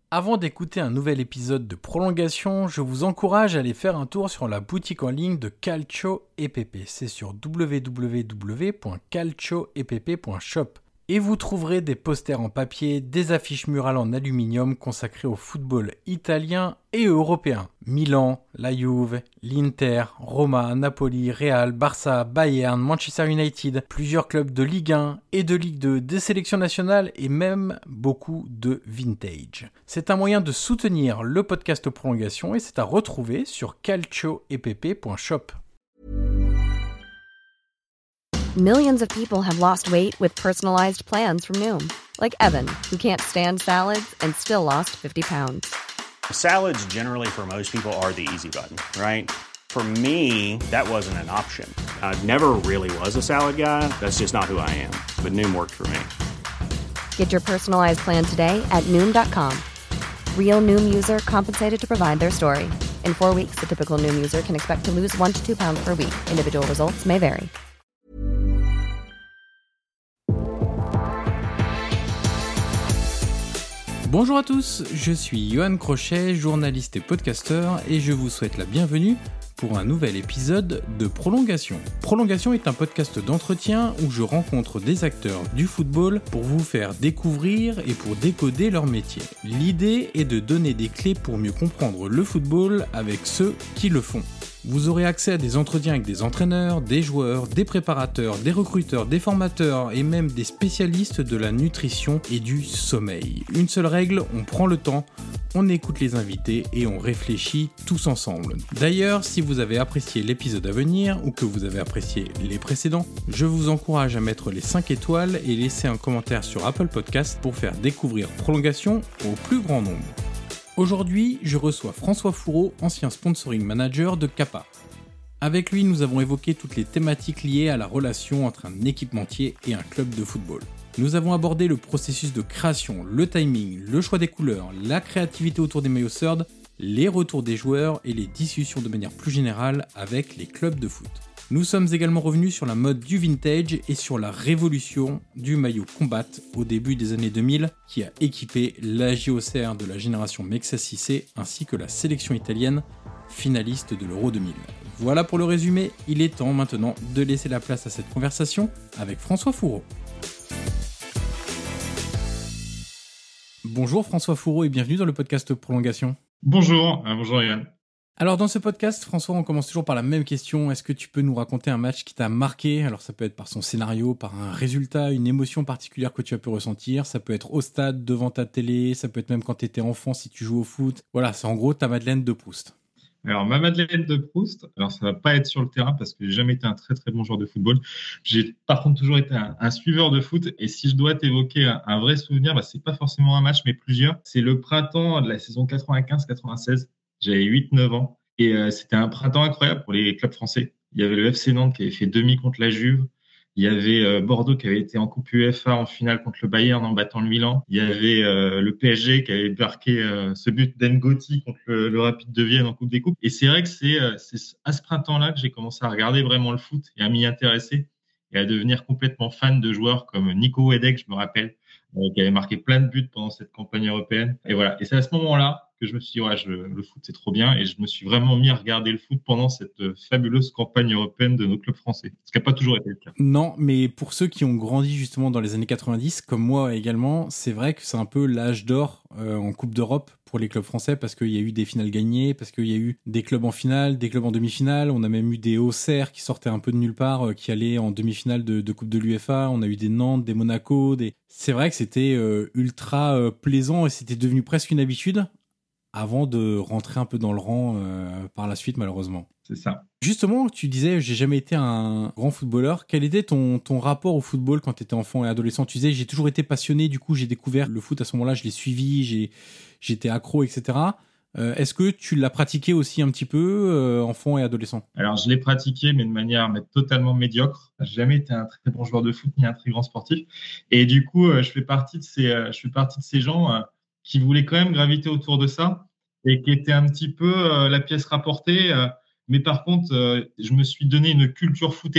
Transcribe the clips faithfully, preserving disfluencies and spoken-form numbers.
Avant d'écouter un nouvel épisode de Prolongation, je vous encourage à aller faire un tour sur la boutique en ligne de Calcio E P P. C'est sur w w w point calcio e p p point shop. Et vous trouverez des posters en papier, des affiches murales en aluminium consacrées au football italien et européen. Milan, la Juve, l'Inter, Roma, Napoli, Real, Barça, Bayern, Manchester United, plusieurs clubs de Ligue un et de Ligue deux, des sélections nationales et même beaucoup de vintage. C'est un moyen de soutenir le podcast Prolongation et c'est à retrouver sur calcio e p p point shop. Millions of people have lost weight with personalized plans from Noom. Like Evan, who can't stand salads and still lost fifty pounds. Salads generally for most people are the easy button, right? For me, that wasn't an option. I never really was a salad guy. That's just not who I am. But Noom worked for me. Get your personalized plan today at Noom dot com. Real Noom user compensated to provide their story. In four weeks, the typical Noom user can expect to lose one to two pounds per week. Individual results may vary. Bonjour à tous, je suis Johan Crochet, journaliste et podcasteur, et je vous souhaite la bienvenue pour un nouvel épisode de Prolongation. Prolongation est un podcast d'entretien où je rencontre des acteurs du football pour vous faire découvrir et pour décoder leur métier. L'idée est de donner des clés pour mieux comprendre le football avec ceux qui le font. Vous aurez accès à des entretiens avec des entraîneurs, des joueurs, des préparateurs, des recruteurs, des formateurs et même des spécialistes de la nutrition et du sommeil. Une seule règle, on prend le temps, on écoute les invités et on réfléchit tous ensemble. D'ailleurs, si vous avez apprécié l'épisode à venir ou que vous avez apprécié les précédents, je vous encourage à mettre les cinq étoiles et laisser un commentaire sur Apple Podcast pour faire découvrir Prolongation au plus grand nombre. Aujourd'hui, je reçois François Fourreau, ancien sponsoring manager de Kappa. Avec lui, nous avons évoqué toutes les thématiques liées à la relation entre un équipementier et un club de football. Nous avons abordé le processus de création, le timing, le choix des couleurs, la créativité autour des maillots third, les retours des joueurs et les discussions de manière plus générale avec les clubs de foot. Nous sommes également revenus sur la mode du vintage et sur la révolution du maillot combat au début des années deux mille qui a équipé la J O C R de la génération Mexa six C ainsi que la sélection italienne finaliste de l'Euro deux mille. Voilà pour le résumé, il est temps maintenant de laisser la place à cette conversation avec François Fourreau. Bonjour François Fourreau et bienvenue dans le podcast Prolongation. Bonjour, euh, bonjour Yann. Alors dans ce podcast, François, on commence toujours par la même question. Est-ce que tu peux nous raconter un match qui t'a marqué ? Alors ça peut être par son scénario, par un résultat, une émotion particulière que tu as pu ressentir. Ça peut être au stade, devant ta télé, ça peut être même quand tu étais enfant si tu joues au foot. Voilà, c'est en gros ta Madeleine de Proust. Alors ma Madeleine de Proust, alors ça va pas être sur le terrain parce que j'ai jamais été un très très bon joueur de football. J'ai par contre toujours été un, un suiveur de foot et si je dois t'évoquer un, un vrai souvenir, bah, c'est pas forcément un match mais plusieurs. C'est le printemps de la saison quatre-vingt-quinze quatre-vingt-seize. J'avais huit neuf ans et euh, c'était un printemps incroyable pour les clubs français. Il y avait le F C Nantes qui avait fait demi contre la Juve. Il y avait euh, Bordeaux qui avait été en Coupe UEFA en finale contre le Bayern en battant le Milan. Il y avait euh, le P S G qui avait marqué euh, ce but d'Ngoti contre le, le Rapide de Vienne en Coupe des Coupes. Et c'est vrai que c'est, euh, c'est à ce printemps-là que j'ai commencé à regarder vraiment le foot et à m'y intéresser et à devenir complètement fan de joueurs comme Nico Wedek, je me rappelle, euh, qui avait marqué plein de buts pendant cette campagne européenne. Et voilà. Et c'est à ce moment-là que je me suis dit, ouais, je, le foot, c'est trop bien. Et je me suis vraiment mis à regarder le foot pendant cette fabuleuse campagne européenne de nos clubs français. Ce qui n'a pas toujours été le cas. Non, mais pour ceux qui ont grandi justement dans les années quatre-vingt-dix, comme moi également, c'est vrai que c'est un peu l'âge d'or euh, en Coupe d'Europe pour les clubs français parce qu'il y a eu des finales gagnées, parce qu'il y a eu des clubs en finale, des clubs en demi-finale. On a même eu des Auxerre qui sortaient un peu de nulle part, euh, qui allaient en demi-finale de, de Coupe de l'UEFA. On a eu des Nantes, des Monaco. Des... C'est vrai que c'était euh, ultra euh, plaisant et c'était devenu presque une habitude avant de rentrer un peu dans le rang euh, par la suite, malheureusement. C'est ça. Justement, tu disais, j'ai jamais été un grand footballeur. Quel était ton, ton rapport au football quand tu étais enfant et adolescent ? Tu disais, j'ai toujours été passionné, du coup, j'ai découvert le foot à ce moment-là, je l'ai suivi, j'ai, j'étais accro, et cetera. Euh, est-ce que tu l'as pratiqué aussi un petit peu, euh, enfant et adolescent ? Alors, je l'ai pratiqué, mais de manière mais totalement médiocre. J'ai jamais été un très bon joueur de foot, ni un très grand sportif. Et du coup, euh, je fais partie de ces, euh, je fais partie de ces gens... Euh, qui voulait quand même graviter autour de ça et qui était un petit peu euh, la pièce rapportée. Euh, mais par contre, euh, je me suis donné une culture foot énorme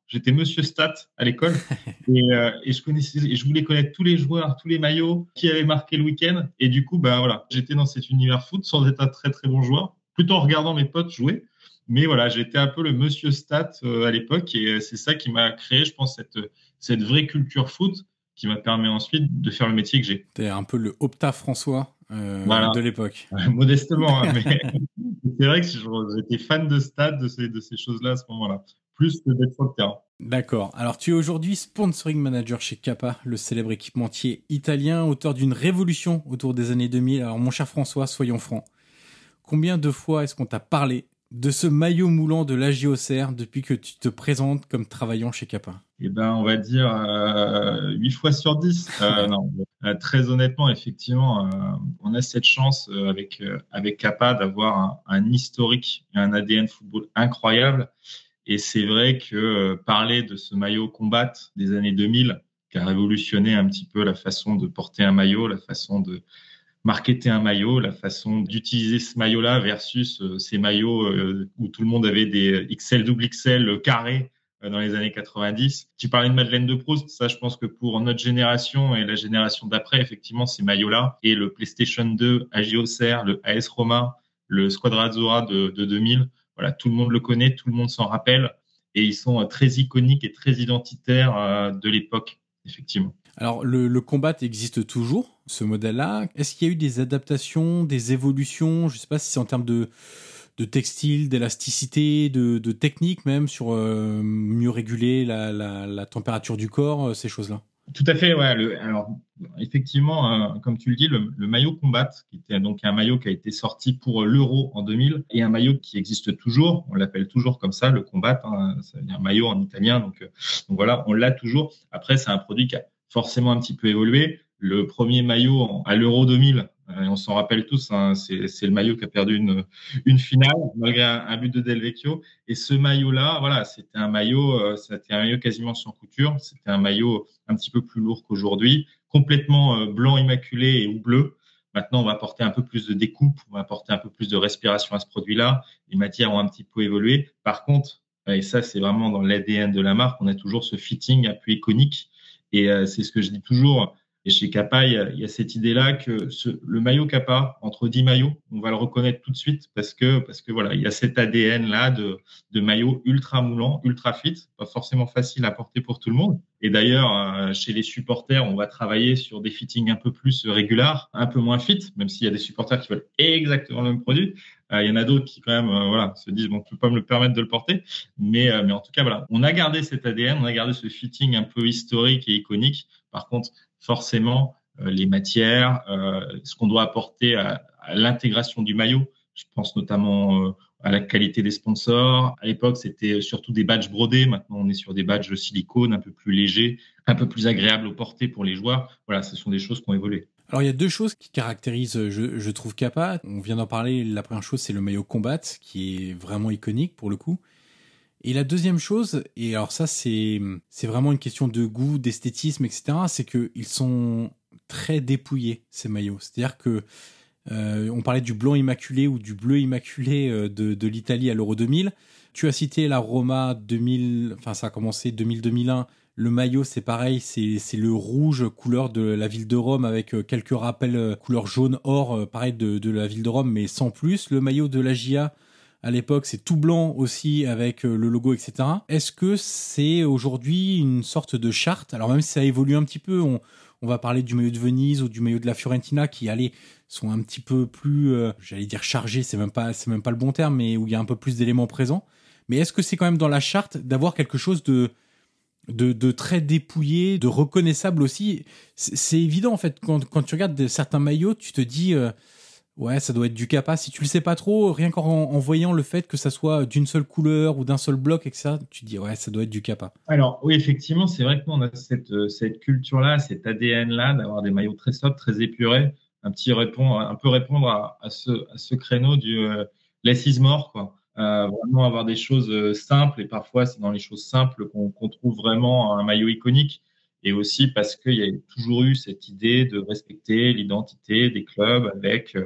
J'étais Monsieur Stat à l'école et, euh, et je connaissais, et je voulais connaître tous les joueurs, tous les maillots qui avaient marqué le week-end. Et du coup, ben voilà, j'étais dans cet univers foot sans être un très très bon joueur, plutôt en regardant mes potes jouer. Mais voilà, j'étais un peu le Monsieur Stat euh, à l'époque et c'est ça qui m'a créé, je pense, cette cette vraie culture foot qui m'a permis ensuite de faire le métier que j'ai. T'es un peu le Opta François euh, voilà. de l'époque. Modestement, hein, mais c'est vrai que j'étais fan de stats, de ces, de ces choses-là à ce moment-là, plus que d'être sur le terrain. D'accord. Alors, tu es aujourd'hui sponsoring manager chez Kappa, le célèbre équipementier italien, auteur d'une révolution autour des années deux mille. Alors, mon cher François, soyons francs. Combien de fois est-ce qu'on t'a parlé de ce maillot moulant de l'A J O C R depuis que tu te présentes comme travaillant chez Kappa? Eh ben, on va dire euh, huit fois sur dix. Euh, non, euh, très honnêtement, effectivement, euh, on a cette chance euh, avec euh, avec Kappa d'avoir un, un historique et un A D N football incroyable. Et c'est vrai que euh, parler de ce maillot combat des années deux mille, qui a révolutionné un petit peu la façon de porter un maillot, la façon de marketer un maillot, la façon d'utiliser ce maillot-là versus euh, ces maillots euh, où tout le monde avait des X L, double X L carrés euh, dans les années quatre-vingt-dix. Tu parlais de Madeleine de Proust, ça je pense que pour notre génération et la génération d'après, effectivement, ces maillots-là et le PlayStation deux, A J O C R, le A S Roma, le Squadra Azzurra de, de deux mille, voilà, tout le monde le connaît, tout le monde s'en rappelle et ils sont euh, très iconiques et très identitaires euh, de l'époque, effectivement. Alors, le, le combat existe toujours, ce modèle-là. Est-ce qu'il y a eu des adaptations, des évolutions? Je ne sais pas si c'est en termes de, de textile, d'élasticité, de, de technique même, sur euh, mieux réguler la, la, la température du corps, euh, ces choses-là. Tout à fait, ouais. Le, alors, effectivement, euh, comme tu le dis, le, le maillot combat, qui était donc un maillot qui a été sorti pour l'Euro en deux mille, et un maillot qui existe toujours, on l'appelle toujours comme ça, le combat, hein, ça veut dire maillot en italien, donc, euh, donc voilà, on l'a toujours. Après, c'est un produit qui a forcément un petit peu évolué. Le premier maillot en, à l'Euro deux mille, euh, on s'en rappelle tous, hein, c'est, c'est le maillot qui a perdu une, une finale malgré un, un but de Del Vecchio. Et ce maillot-là, voilà, c'était un maillot, euh, c'était un maillot quasiment sans couture. C'était un maillot un petit peu plus lourd qu'aujourd'hui, complètement euh, blanc immaculé et ou bleu. Maintenant, on va apporter un peu plus de découpe, on va apporter un peu plus de respiration à ce produit-là. Les matières ont un petit peu évolué. Par contre, et ça, c'est vraiment dans l'A D N de la marque, on a toujours ce fitting un peu iconique. Et euh, c'est ce que je dis toujours. Et chez Kappa, il y a, il y a cette idée-là que ce, le maillot Kappa, entre dix maillots, on va le reconnaître tout de suite parce que, parce que voilà, il y a cet A D N-là de, de maillot ultra moulant, ultra fit, pas forcément facile à porter pour tout le monde. Et d'ailleurs, euh, chez les supporters, on va travailler sur des fittings un peu plus régulars, un peu moins fit, même s'il y a des supporters qui veulent exactement le même produit. Euh, il y en a d'autres qui quand même, euh, voilà, se disent bon, je peux pas me le permettre de le porter, mais, euh, mais en tout cas, voilà, on a gardé cet A D N, on a gardé ce fitting un peu historique et iconique. Par contre, forcément, euh, les matières, euh, ce qu'on doit apporter à, à l'intégration du maillot. Je pense notamment euh, à la qualité des sponsors. À l'époque, c'était surtout des badges brodés. Maintenant, on est sur des badges silicone un peu plus légers, un peu plus agréables au porter pour les joueurs. Voilà, ce sont des choses qui ont évolué. Alors, il y a deux choses qui caractérisent, je, je trouve, Kappa. On vient d'en parler. La première chose, c'est le maillot combat, qui est vraiment iconique pour le coup. Et la deuxième chose, et alors ça, c'est, c'est vraiment une question de goût, d'esthétisme, et cetera, c'est qu'ils sont très dépouillés, ces maillots. C'est-à-dire que euh, on parlait du blanc immaculé ou du bleu immaculé de, de l'Italie à l'Euro deux mille. Tu as cité la Roma deux mille, enfin ça a commencé deux mille deux mille un. Le maillot, c'est pareil, c'est, c'est le rouge couleur de la ville de Rome avec quelques rappels couleur jaune-or, pareil de, de la ville de Rome, mais sans plus. Le maillot de la J A, à l'époque, c'est tout blanc aussi avec le logo, et cetera. Est-ce que c'est aujourd'hui une sorte de charte? Alors même si ça évolue un petit peu, on, on va parler du maillot de Venise ou du maillot de la Fiorentina qui, allez, sont un petit peu plus, euh, j'allais dire chargés, c'est même pas, c'est même pas le bon terme, mais où il y a un peu plus d'éléments présents. Mais est-ce que c'est quand même dans la charte d'avoir quelque chose de De, de très dépouillé, de reconnaissable aussi? C'est, c'est évident en fait, quand, quand tu regardes certains maillots, tu te dis... Euh, ouais, ça doit être du Kappa. Si tu le sais pas trop, rien qu'en en voyant le fait que ça soit d'une seule couleur ou d'un seul bloc, et cetera, tu te dis ouais, ça doit être du Kappa. Alors oui, effectivement, c'est vrai que nous on a cette cette culture-là, cet A D N-là, d'avoir des maillots très sobres, très épurés, un petit répond, un peu répondre à, à ce à ce créneau du euh, less is more, quoi. Euh, vraiment avoir des choses simples et parfois c'est dans les choses simples qu'on, qu'on trouve vraiment un maillot iconique. Et aussi parce qu'il y a toujours eu cette idée de respecter l'identité des clubs avec euh,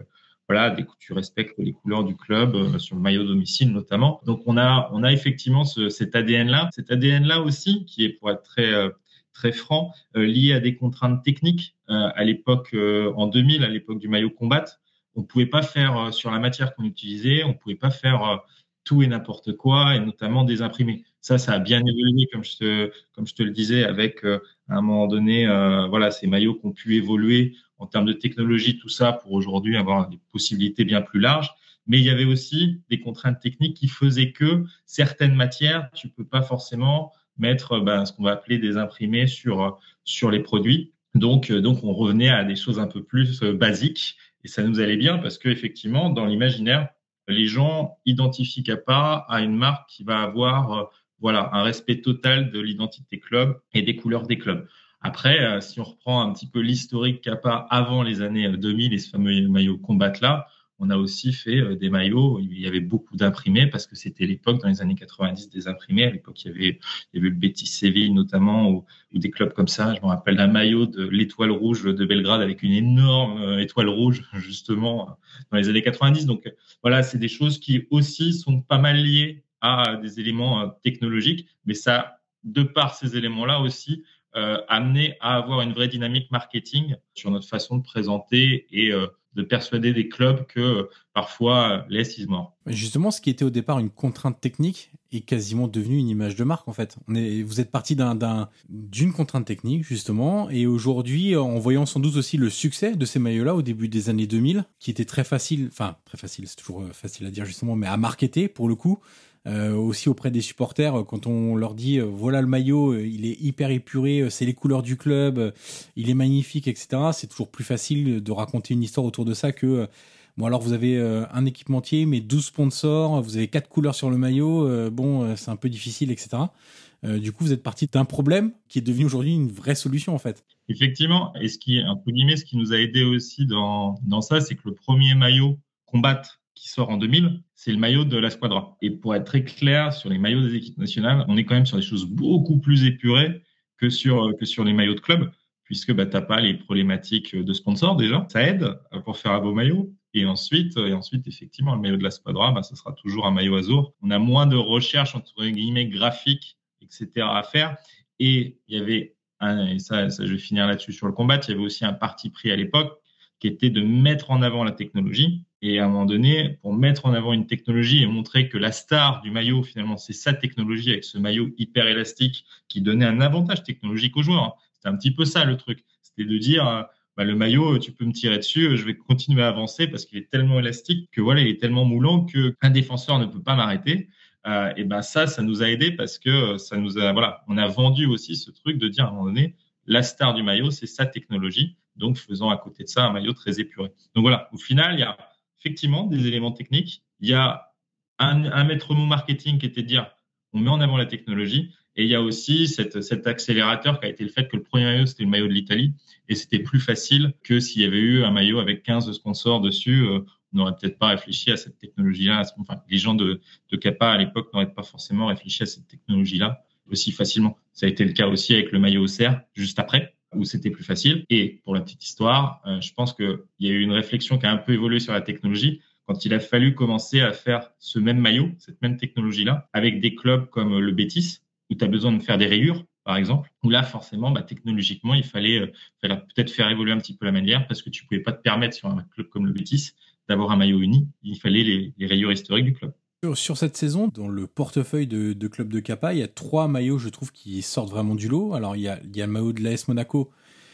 voilà, dès que tu respectes les couleurs du club euh, sur le maillot domicile notamment. Donc on a on a effectivement ce, cet A D N-là, cet A D N-là aussi qui est, pour être très euh, très franc, euh, lié à des contraintes techniques. Euh, à l'époque, euh, en deux mille, à l'époque du maillot combat, on pouvait pas faire euh, sur la matière qu'on utilisait, on pouvait pas faire euh, tout et n'importe quoi, et notamment des imprimés. Ça, ça a bien évolué, comme je te, comme je te le disais, avec euh, à un moment donné, euh, voilà, ces maillots qui ont pu évoluer en termes de technologie, tout ça, pour aujourd'hui avoir des possibilités bien plus larges. Mais il y avait aussi des contraintes techniques qui faisaient que certaines matières, tu peux pas forcément mettre ben, ce qu'on va appeler des imprimés sur sur les produits. Donc, donc, on revenait à des choses un peu plus basiques, et ça nous allait bien parce que effectivement, dans l'imaginaire, les gens identifient Kappa à une marque qui va avoir euh, voilà, un respect total de l'identité club et des couleurs des clubs. Après, euh, si on reprend un petit peu l'historique Kappa avant les années deux mille et ce fameux maillot combat là, on a aussi fait euh, des maillots où il y avait beaucoup d'imprimés parce que c'était l'époque, dans les années quatre-vingt-dix, des imprimés. À l'époque, il y avait, il y avait le Betis Séville notamment, ou, ou des clubs comme ça. Je me rappelle d'un maillot de l'Étoile Rouge de Belgrade avec une énorme euh, étoile rouge, justement, dans les années quatre-vingt-dix. Donc voilà, c'est des choses qui aussi sont pas mal liées à des éléments euh, technologiques, mais ça, de par ces éléments-là aussi, euh, amené à avoir une vraie dynamique marketing sur notre façon de présenter et euh, de persuader des clubs que euh, parfois less is more. Justement, ce qui était au départ une contrainte technique est quasiment devenu une image de marque en fait. On est, vous êtes parti d'un, d'un, d'une contrainte technique justement, et aujourd'hui, en voyant sans doute aussi le succès de ces maillots-là au début des années deux mille, qui était très facile, enfin très facile, c'est toujours facile à dire justement, mais à marketer pour le coup. Euh, aussi auprès des supporters, quand on leur dit euh, voilà le maillot, euh, il est hyper épuré, euh, c'est les couleurs du club, euh, il est magnifique, et cetera. C'est toujours plus facile de raconter une histoire autour de ça que euh, bon alors vous avez euh, un équipementier mais douze sponsors, vous avez quatre couleurs sur le maillot, euh, bon euh, c'est un peu difficile, et cetera. Euh, du coup vous êtes parti d'un problème qui est devenu aujourd'hui une vraie solution en fait. Effectivement, et ce qui entre guillemets ce qui nous a aidé aussi dans dans ça, c'est que le premier maillot combat qui sort en deux mille, c'est le maillot de la Squadra. Et pour être très clair, sur les maillots des équipes nationales, on est quand même sur des choses beaucoup plus épurées que sur, que sur les maillots de club, puisque bah, tu n'as pas les problématiques de sponsors déjà. Ça aide pour faire un beau maillot. Et ensuite, et ensuite, effectivement, le maillot de la Squadra, bah, ça sera toujours un maillot azur. On a moins de recherche, entre guillemets, graphiques, et cetera à faire. Et il y avait, un, et ça, ça, je vais finir là-dessus sur le combat, il y avait aussi un parti pris à l'époque qui était de mettre en avant la technologie. Et à un moment donné, pour mettre en avant une technologie et montrer que la star du maillot, finalement, c'est sa technologie avec ce maillot hyper élastique qui donnait un avantage technologique aux joueurs. C'était un petit peu ça le truc. C'était de dire, bah, le maillot, tu peux me tirer dessus, je vais continuer à avancer parce qu'il est tellement élastique que voilà, il est tellement moulant qu'un défenseur ne peut pas m'arrêter. Euh, et ben ça, ça nous a aidé parce que ça nous a, voilà, on a vendu aussi ce truc de dire à un moment donné, la star du maillot, c'est sa technologie. Donc, faisant à côté de ça un maillot très épuré. Donc voilà, au final, il y a effectivement des éléments techniques. Il y a un, un maître mot marketing qui était de dire on met en avant la technologie. Et il y a aussi cette, cet accélérateur qui a été le fait que le premier maillot, c'était le maillot de l'Italie. Et c'était plus facile que s'il y avait eu un maillot avec quinze sponsors dessus. Euh, on n'aurait peut-être pas réfléchi à cette technologie-là. Enfin, les gens de, de Kappa à l'époque n'auraient pas forcément réfléchi à cette technologie-là aussi facilement. Ça a été le cas aussi avec le maillot Auxerre juste après, où c'était plus facile. Et pour la petite histoire, euh, je pense qu'il y a eu une réflexion qui a un peu évolué sur la technologie quand il a fallu commencer à faire ce même maillot, cette même technologie-là, avec des clubs comme le Betis, où tu as besoin de faire des rayures, par exemple, où là, forcément, bah, technologiquement, il fallait, euh, fallait peut-être faire évoluer un petit peu la manière parce que tu pouvais pas te permettre sur un club comme le Betis d'avoir un maillot uni. Il fallait les, les rayures historiques du club. Sur cette saison, dans le portefeuille de, de club de Kappa, il y a trois maillots, je trouve, qui sortent vraiment du lot. Alors, il y a, il y a le maillot de l'A S Monaco.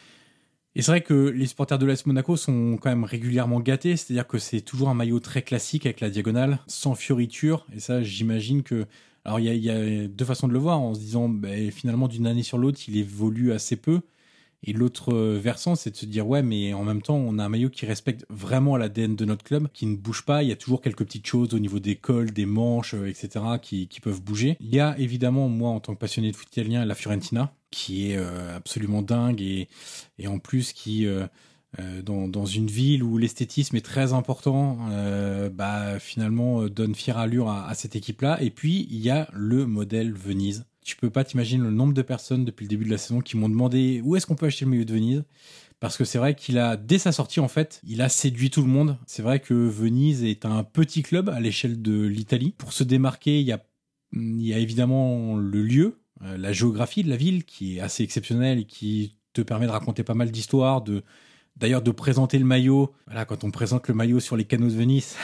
Et c'est vrai que les supporters de l'A S Monaco sont quand même régulièrement gâtés. C'est-à-dire que c'est toujours un maillot très classique avec la diagonale, sans fioriture. Et ça, j'imagine que... Alors, il y a, il y a deux façons de le voir, en se disant, ben, finalement, d'une année sur l'autre, il évolue assez peu. Et l'autre versant, c'est de se dire, ouais, mais en même temps, on a un maillot qui respecte vraiment l'A D N de notre club, qui ne bouge pas. Il y a toujours quelques petites choses au niveau des cols, des manches, et cetera, qui, qui peuvent bouger. Il y a évidemment, moi, en tant que passionné de foot italien, la Fiorentina, qui est euh, absolument dingue, et, et en plus, qui, euh, euh, dans, dans une ville où l'esthétisme est très important, euh, bah, finalement, donne fière allure à, à cette équipe-là. Et puis, il y a le modèle Venise. Tu peux pas t'imaginer le nombre de personnes depuis le début de la saison qui m'ont demandé où est-ce qu'on peut acheter le maillot de Venise, parce que c'est vrai qu'il a, dès sa sortie en fait, il a séduit tout le monde. C'est vrai que Venise est un petit club à l'échelle de l'Italie. Pour se démarquer, il y a, il y a évidemment le lieu, euh, la géographie de la ville qui est assez exceptionnelle et qui te permet de raconter pas mal d'histoires, de D'ailleurs, de présenter le maillot, voilà, quand on présente le maillot sur les canaux de Venise,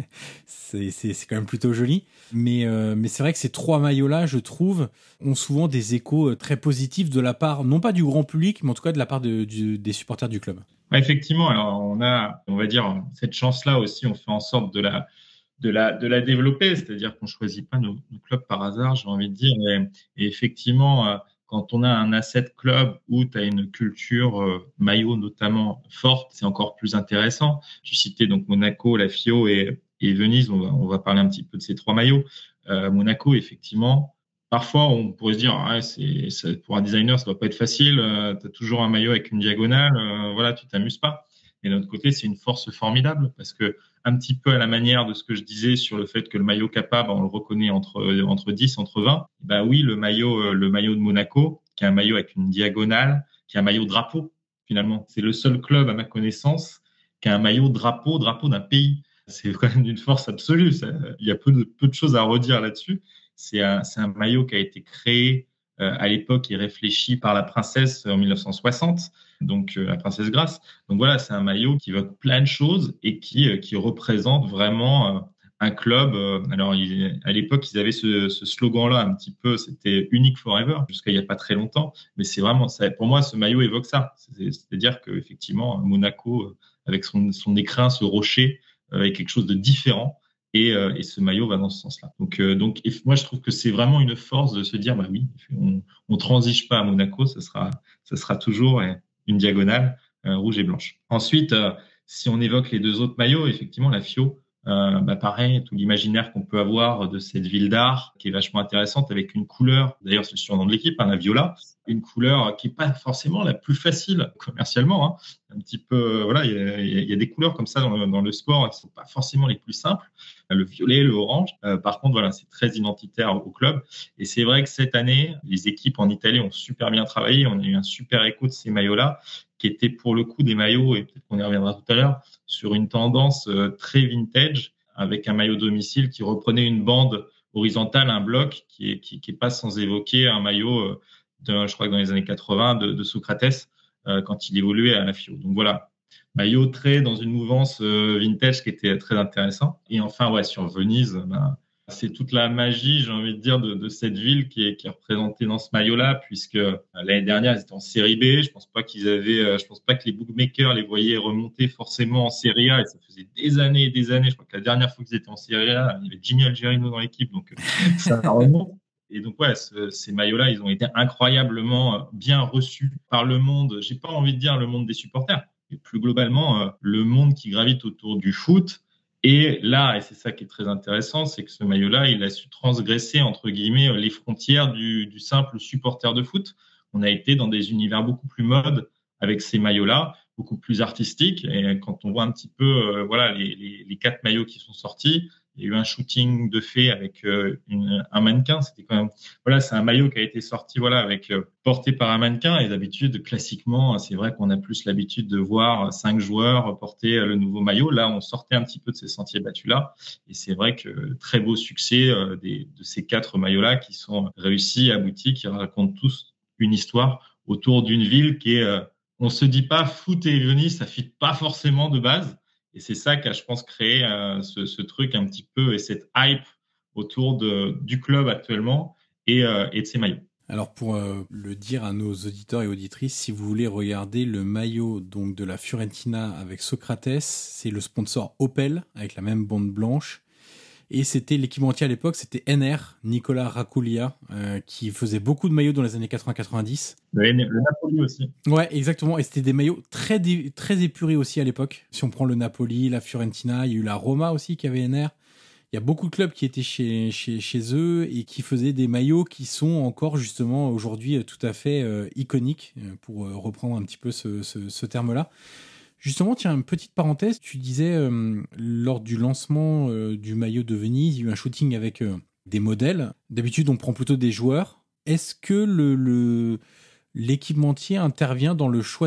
c'est, c'est, c'est quand même plutôt joli. Mais, euh, mais c'est vrai que ces trois maillots-là, je trouve, ont souvent des échos très positifs de la part, non pas du grand public, mais en tout cas de la part de, du, des supporters du club. Ouais, effectivement, alors on a, on va dire, cette chance-là aussi, on fait en sorte de la, de la, de la développer, c'est-à-dire qu'on choisit pas nos, nos clubs par hasard, j'ai envie de dire. Et, et effectivement, euh, quand on a un asset club où tu as une culture euh, maillot notamment forte, c'est encore plus intéressant. Tu citais donc Monaco, la Fio et, et Venise. On va, on va parler un petit peu de ces trois maillots. Euh, Monaco, effectivement, parfois on pourrait se dire, ah, c'est, c'est, pour un designer, ça doit pas être facile. Euh, tu as toujours un maillot avec une diagonale. Euh, voilà, tu t'amuses pas. Et d'un autre côté, c'est une force formidable parce que un petit peu à la manière de ce que je disais sur le fait que le maillot Kappa, bah, on le reconnaît entre entre dix, entre vingt. Bah oui, le maillot le maillot de Monaco, qui est un maillot avec une diagonale, qui est un maillot drapeau finalement. C'est le seul club à ma connaissance qui a un maillot drapeau, drapeau d'un pays. C'est quand même d'une force absolue. Ça, il y a peu de peu de choses à redire là-dessus. C'est un c'est un maillot qui a été créé euh, à l'époque et réfléchi par la princesse en mille neuf cent soixante. Donc euh, la princesse Grace. Donc voilà, c'est un maillot qui évoque plein de choses et qui euh, qui représente vraiment euh, un club. Euh, alors il, à l'époque, ils avaient ce, ce slogan-là un petit peu, c'était Unique Forever jusqu'à il y a pas très longtemps. Mais c'est vraiment ça. Pour moi, ce maillot évoque ça. C'est, c'est-à-dire que effectivement, Monaco euh, avec son son écrin, ce rocher, euh, est quelque chose de différent. Et, euh, et ce maillot va dans ce sens-là. Donc, euh, donc, et moi, je trouve que c'est vraiment une force de se dire, bah oui, on, on transige pas à Monaco, ça sera, ça sera toujours une diagonale euh, rouge et blanche. Ensuite, euh, si on évoque les deux autres maillots, effectivement, la Fio, euh, bah pareil, tout l'imaginaire qu'on peut avoir de cette ville d'art qui est vachement intéressante avec une couleur. D'ailleurs, c'est le surnom de l'équipe, hein, la viola, une couleur qui est pas forcément la plus facile commercialement. Hein. Un petit peu, voilà, il y a, il y a des couleurs comme ça dans le, dans le sport qui sont pas forcément les plus simples. Le violet, le orange. Euh, par contre, voilà, c'est très identitaire au club. Et c'est vrai que cette année, les équipes en Italie ont super bien travaillé. On a eu un super écho de ces maillots-là, qui étaient pour le coup des maillots, et peut-être qu'on y reviendra tout à l'heure, sur une tendance euh, très vintage, avec un maillot domicile qui reprenait une bande horizontale, un bloc, qui est, qui, qui est pas sans évoquer un maillot, euh, de, je crois que dans les années quatre-vingts, de, de Socrates, euh, quand il évoluait à la Fio. Donc voilà. Maillot très dans une mouvance euh, vintage qui était très intéressant. Et enfin, ouais, sur Venise, ben, c'est toute la magie, j'ai envie de dire, de, de cette ville qui est, qui est représentée dans ce maillot-là, puisque euh, l'année dernière, ils étaient en série B. Je pense pas qu'ils avaient, euh, je pense pas que les bookmakers les voyaient remonter forcément en série A. Et ça faisait des années et des années. Je crois que la dernière fois qu'ils étaient en série A, il y avait Jimmy Algerino dans l'équipe, donc euh, ça remonte. Et donc, ouais, ce, ces maillots-là, ils ont été incroyablement bien reçus par le monde. J'ai pas envie de dire le monde des supporters. Et plus globalement, euh, le monde qui gravite autour du foot. Et là, et c'est ça qui est très intéressant, c'est que ce maillot-là, il a su transgresser, entre guillemets, les frontières du, du simple supporter de foot. On a été dans des univers beaucoup plus mode avec ces maillots-là, beaucoup plus artistiques. Et quand on voit un petit peu euh, voilà, les, les, les quatre maillots qui sont sortis, il y a eu un shooting de fait avec euh, une, un mannequin. C'était quand même, voilà, c'est un maillot qui a été sorti, voilà, avec euh, porté par un mannequin. Et d'habitude, classiquement, c'est vrai qu'on a plus l'habitude de voir cinq joueurs porter le nouveau maillot. Là, on sortait un petit peu de ces sentiers battus-là. Et c'est vrai que très beau succès euh, des, de ces quatre maillots-là qui sont réussis, aboutis, qui racontent tous une histoire autour d'une ville qui est, euh, on se dit pas foot et Venise, ça fit pas forcément de base. Et c'est ça qui a, je pense, créé euh, ce, ce truc un petit peu et cette hype autour de, du club actuellement et, euh, et de ses maillots. Alors pour euh, le dire à nos auditeurs et auditrices, si vous voulez regarder le maillot donc de la Fiorentina avec Socrates, c'est le sponsor Opel avec la même bande blanche. Et c'était l'équipementier à l'époque, c'était N R, Nicolas Raculia, euh, qui faisait beaucoup de maillots dans les années quatre-vingts quatre-vingt-dix. Le, le Napoli aussi. Ouais, exactement. Et c'était des maillots très, dé, très épurés aussi à l'époque. Si on prend le Napoli, la Fiorentina, il y a eu la Roma aussi qui avait N R. Il y a beaucoup de clubs qui étaient chez, chez, chez eux et qui faisaient des maillots qui sont encore justement aujourd'hui tout à fait euh, iconiques, pour euh, reprendre un petit peu ce, ce, ce terme-là. Justement, tiens, une petite parenthèse, tu disais, euh, lors du lancement euh, du maillot de Venise, il y a eu un shooting avec euh, des modèles. D'habitude, on prend plutôt des joueurs. Est-ce que le, le, l'équipementier intervient dans le choix des joueurs ?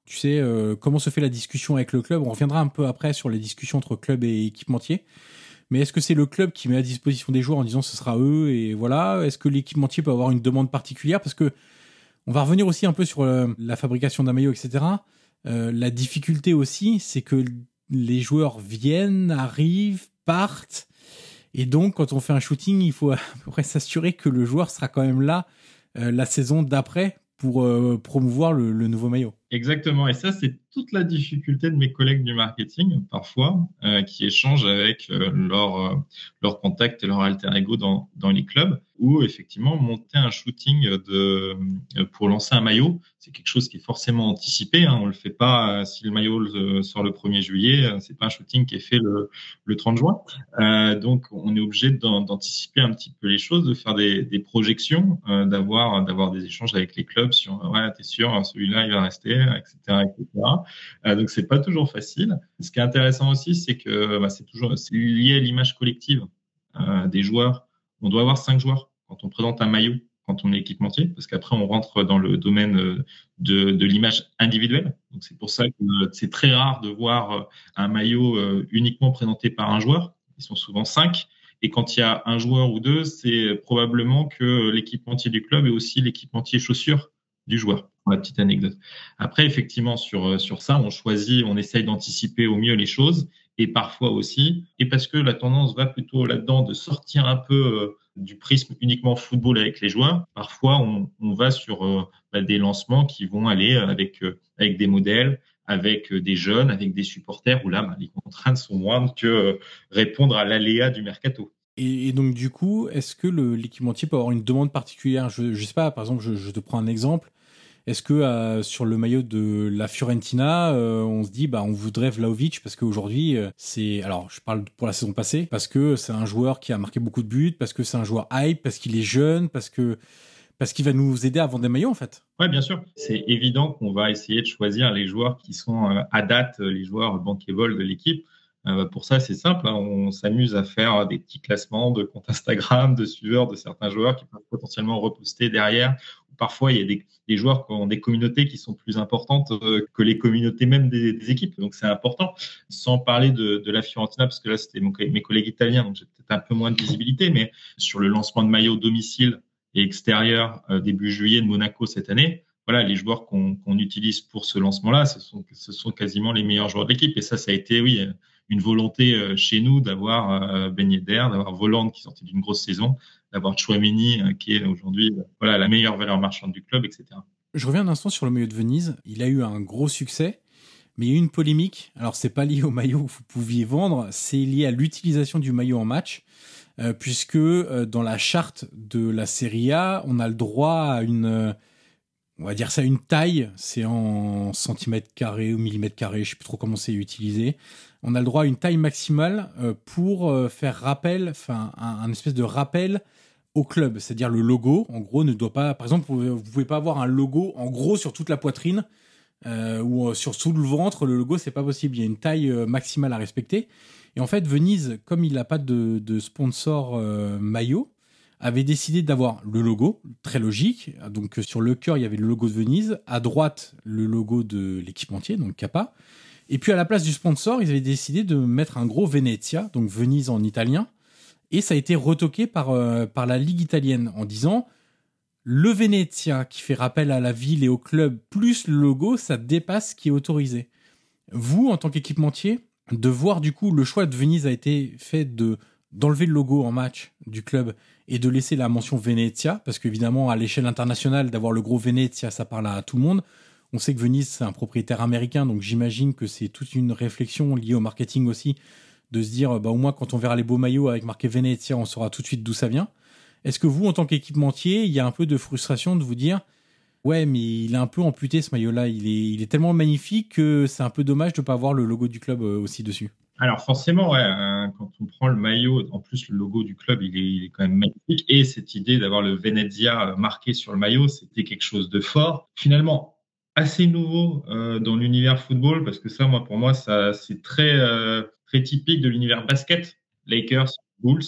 Tu sais, euh, comment se fait la discussion avec le club? On reviendra un peu après sur les discussions entre club et équipementier. Mais est-ce que c'est le club qui met à disposition des joueurs en disant ce sera eux et voilà? Est-ce que l'équipementier peut avoir une demande particulière? Parce que on va revenir aussi un peu sur euh, la fabrication d'un maillot, et cetera. Euh, la difficulté aussi, c'est que les joueurs viennent, arrivent, partent. Et donc, quand on fait un shooting, il faut à peu près s'assurer que le joueur sera quand même là euh, la saison d'après pour euh, promouvoir le, le nouveau maillot. Exactement. Et ça, c'est toute la difficulté de mes collègues du marketing, parfois, euh, qui échangent avec euh, leurs euh, leur contacts et leur alter ego dans, dans les clubs, où effectivement, monter un shooting de, euh, pour lancer un maillot, c'est quelque chose qui est forcément anticipé. Hein. On le fait pas euh, si le maillot le, sort le premier juillet, euh, c'est pas un shooting qui est fait le, le trente juin. Euh, donc, on est obligé d'an, d'anticiper un petit peu les choses, de faire des, des projections, euh, d'avoir, d'avoir des échanges avec les clubs sur, ouais, t'es sûr, celui-là, il va rester, et cetera, et cetera. Euh, donc c'est pas toujours facile. Ce qui est intéressant aussi, c'est que bah, c'est toujours c'est lié à l'image collective euh, des joueurs. On doit avoir cinq joueurs quand on présente un maillot, quand on est équipementier, parce qu'après on rentre dans le domaine de, de l'image individuelle. Donc c'est pour ça que c'est très rare de voir un maillot euh, uniquement présenté par un joueur. Ils sont souvent cinq. Et quand il y a un joueur ou deux, c'est probablement que l'équipementier du club est aussi l'équipementier chaussures du joueur. Pour la petite anecdote. Après, effectivement, sur sur ça, on choisit, on essaye d'anticiper au mieux les choses, et parfois aussi, et parce que la tendance va plutôt là-dedans de sortir un peu euh, du prisme uniquement football avec les joueurs. Parfois, on, on va sur euh, bah, des lancements qui vont aller avec euh, avec des modèles, avec euh, des jeunes, avec des supporters, où là, bah, les contraintes sont moindres que euh, répondre à l'aléa du mercato. Et, et donc, du coup, est-ce que le, l'équipementier peut avoir une demande particulière? Je, je sais pas, par exemple, je, je te prends un exemple. Est-ce que euh, sur le maillot de la Fiorentina, euh, on se dit bah on voudrait Vlahovic parce qu'aujourd'hui euh, c'est, alors je parle pour la saison passée, parce que c'est un joueur qui a marqué beaucoup de buts, parce que c'est un joueur hype, parce qu'il est jeune, parce que parce qu'il va nous aider à vendre des maillots en fait. Ouais, bien sûr. C'est évident qu'on va essayer de choisir les joueurs qui sont euh, à date les joueurs bankable de l'équipe. Euh, pour ça, c'est simple. Hein. On s'amuse à faire des petits classements de comptes Instagram, de suiveurs de certains joueurs qui peuvent potentiellement reposter derrière. Parfois, il y a des, des joueurs qui ont des communautés qui sont plus importantes euh, que les communautés même des, des équipes. Donc, c'est important. Sans parler de, de la Fiorentina, parce que là, c'était mon, mes collègues italiens, donc j'ai peut-être un peu moins de visibilité. Mais sur le lancement de maillot domicile et extérieur euh, début juillet de Monaco cette année, voilà, les joueurs qu'on, qu'on utilise pour ce lancement-là, ce sont, ce sont quasiment les meilleurs joueurs de l'équipe. Et ça, ça a été, oui, une volonté chez nous d'avoir Ben Yedder, d'avoir Voland qui sortait d'une grosse saison, d'avoir Tchouaméni qui est aujourd'hui voilà, la meilleure valeur marchande du club, et cetera. Je reviens un instant sur le maillot de Venise. Il a eu un gros succès, mais il y a eu une polémique. Alors, c'est pas lié au maillot que vous pouviez vendre, c'est lié à l'utilisation du maillot en match, euh, puisque euh, dans la charte de la Serie A, on a le droit à une... Euh, on va dire ça une taille, c'est en centimètres carrés ou millimètres carrés, je sais plus trop comment c'est utilisé. On a le droit à une taille maximale euh, pour euh, faire rappel, enfin un, un espèce de rappel au club, c'est-à-dire le logo. En gros, ne doit pas, par exemple, vous, vous pouvez pas avoir un logo en gros sur toute la poitrine euh, ou sur tout le ventre. Le logo, c'est pas possible. Il y a une taille euh, maximale à respecter. Et en fait, Venise, comme il n'a pas de, de sponsor euh, maillot, avait décidé d'avoir le logo, très logique. Donc sur le cœur, il y avait le logo de Venise, à droite, le logo de l'équipementier, donc Kappa. Et puis à la place du sponsor, ils avaient décidé de mettre un gros Venezia, donc Venise en italien. Et ça a été retoqué par, euh, par la Ligue italienne en disant le Venezia qui fait rappel à la ville et au club, plus le logo, ça dépasse ce qui est autorisé. Vous, en tant qu'équipementier, de voir du coup le choix de Venise a été fait de d'enlever le logo en match du club et de laisser la mention Venezia, parce qu'évidemment, à l'échelle internationale, d'avoir le gros Venezia, ça parle à tout le monde. On sait que Venise, c'est un propriétaire américain, donc j'imagine que c'est toute une réflexion liée au marketing aussi, de se dire, bah, au moins, quand on verra les beaux maillots avec marqué Venezia, on saura tout de suite d'où ça vient. Est-ce que vous, en tant qu'équipementier, il y a un peu de frustration de vous dire, ouais, mais il est un peu amputé, ce maillot-là, il est, il est tellement magnifique que c'est un peu dommage de ne pas avoir le logo du club aussi dessus? Alors forcément, ouais, hein, quand on prend le maillot, en plus le logo du club, il est, il est quand même magnifique. Et cette idée d'avoir le Venezia marqué sur le maillot, c'était quelque chose de fort. Finalement, assez nouveau euh, dans l'univers football, parce que ça, moi, pour moi, ça, c'est très, euh, très typique de l'univers basket, Lakers, Bulls,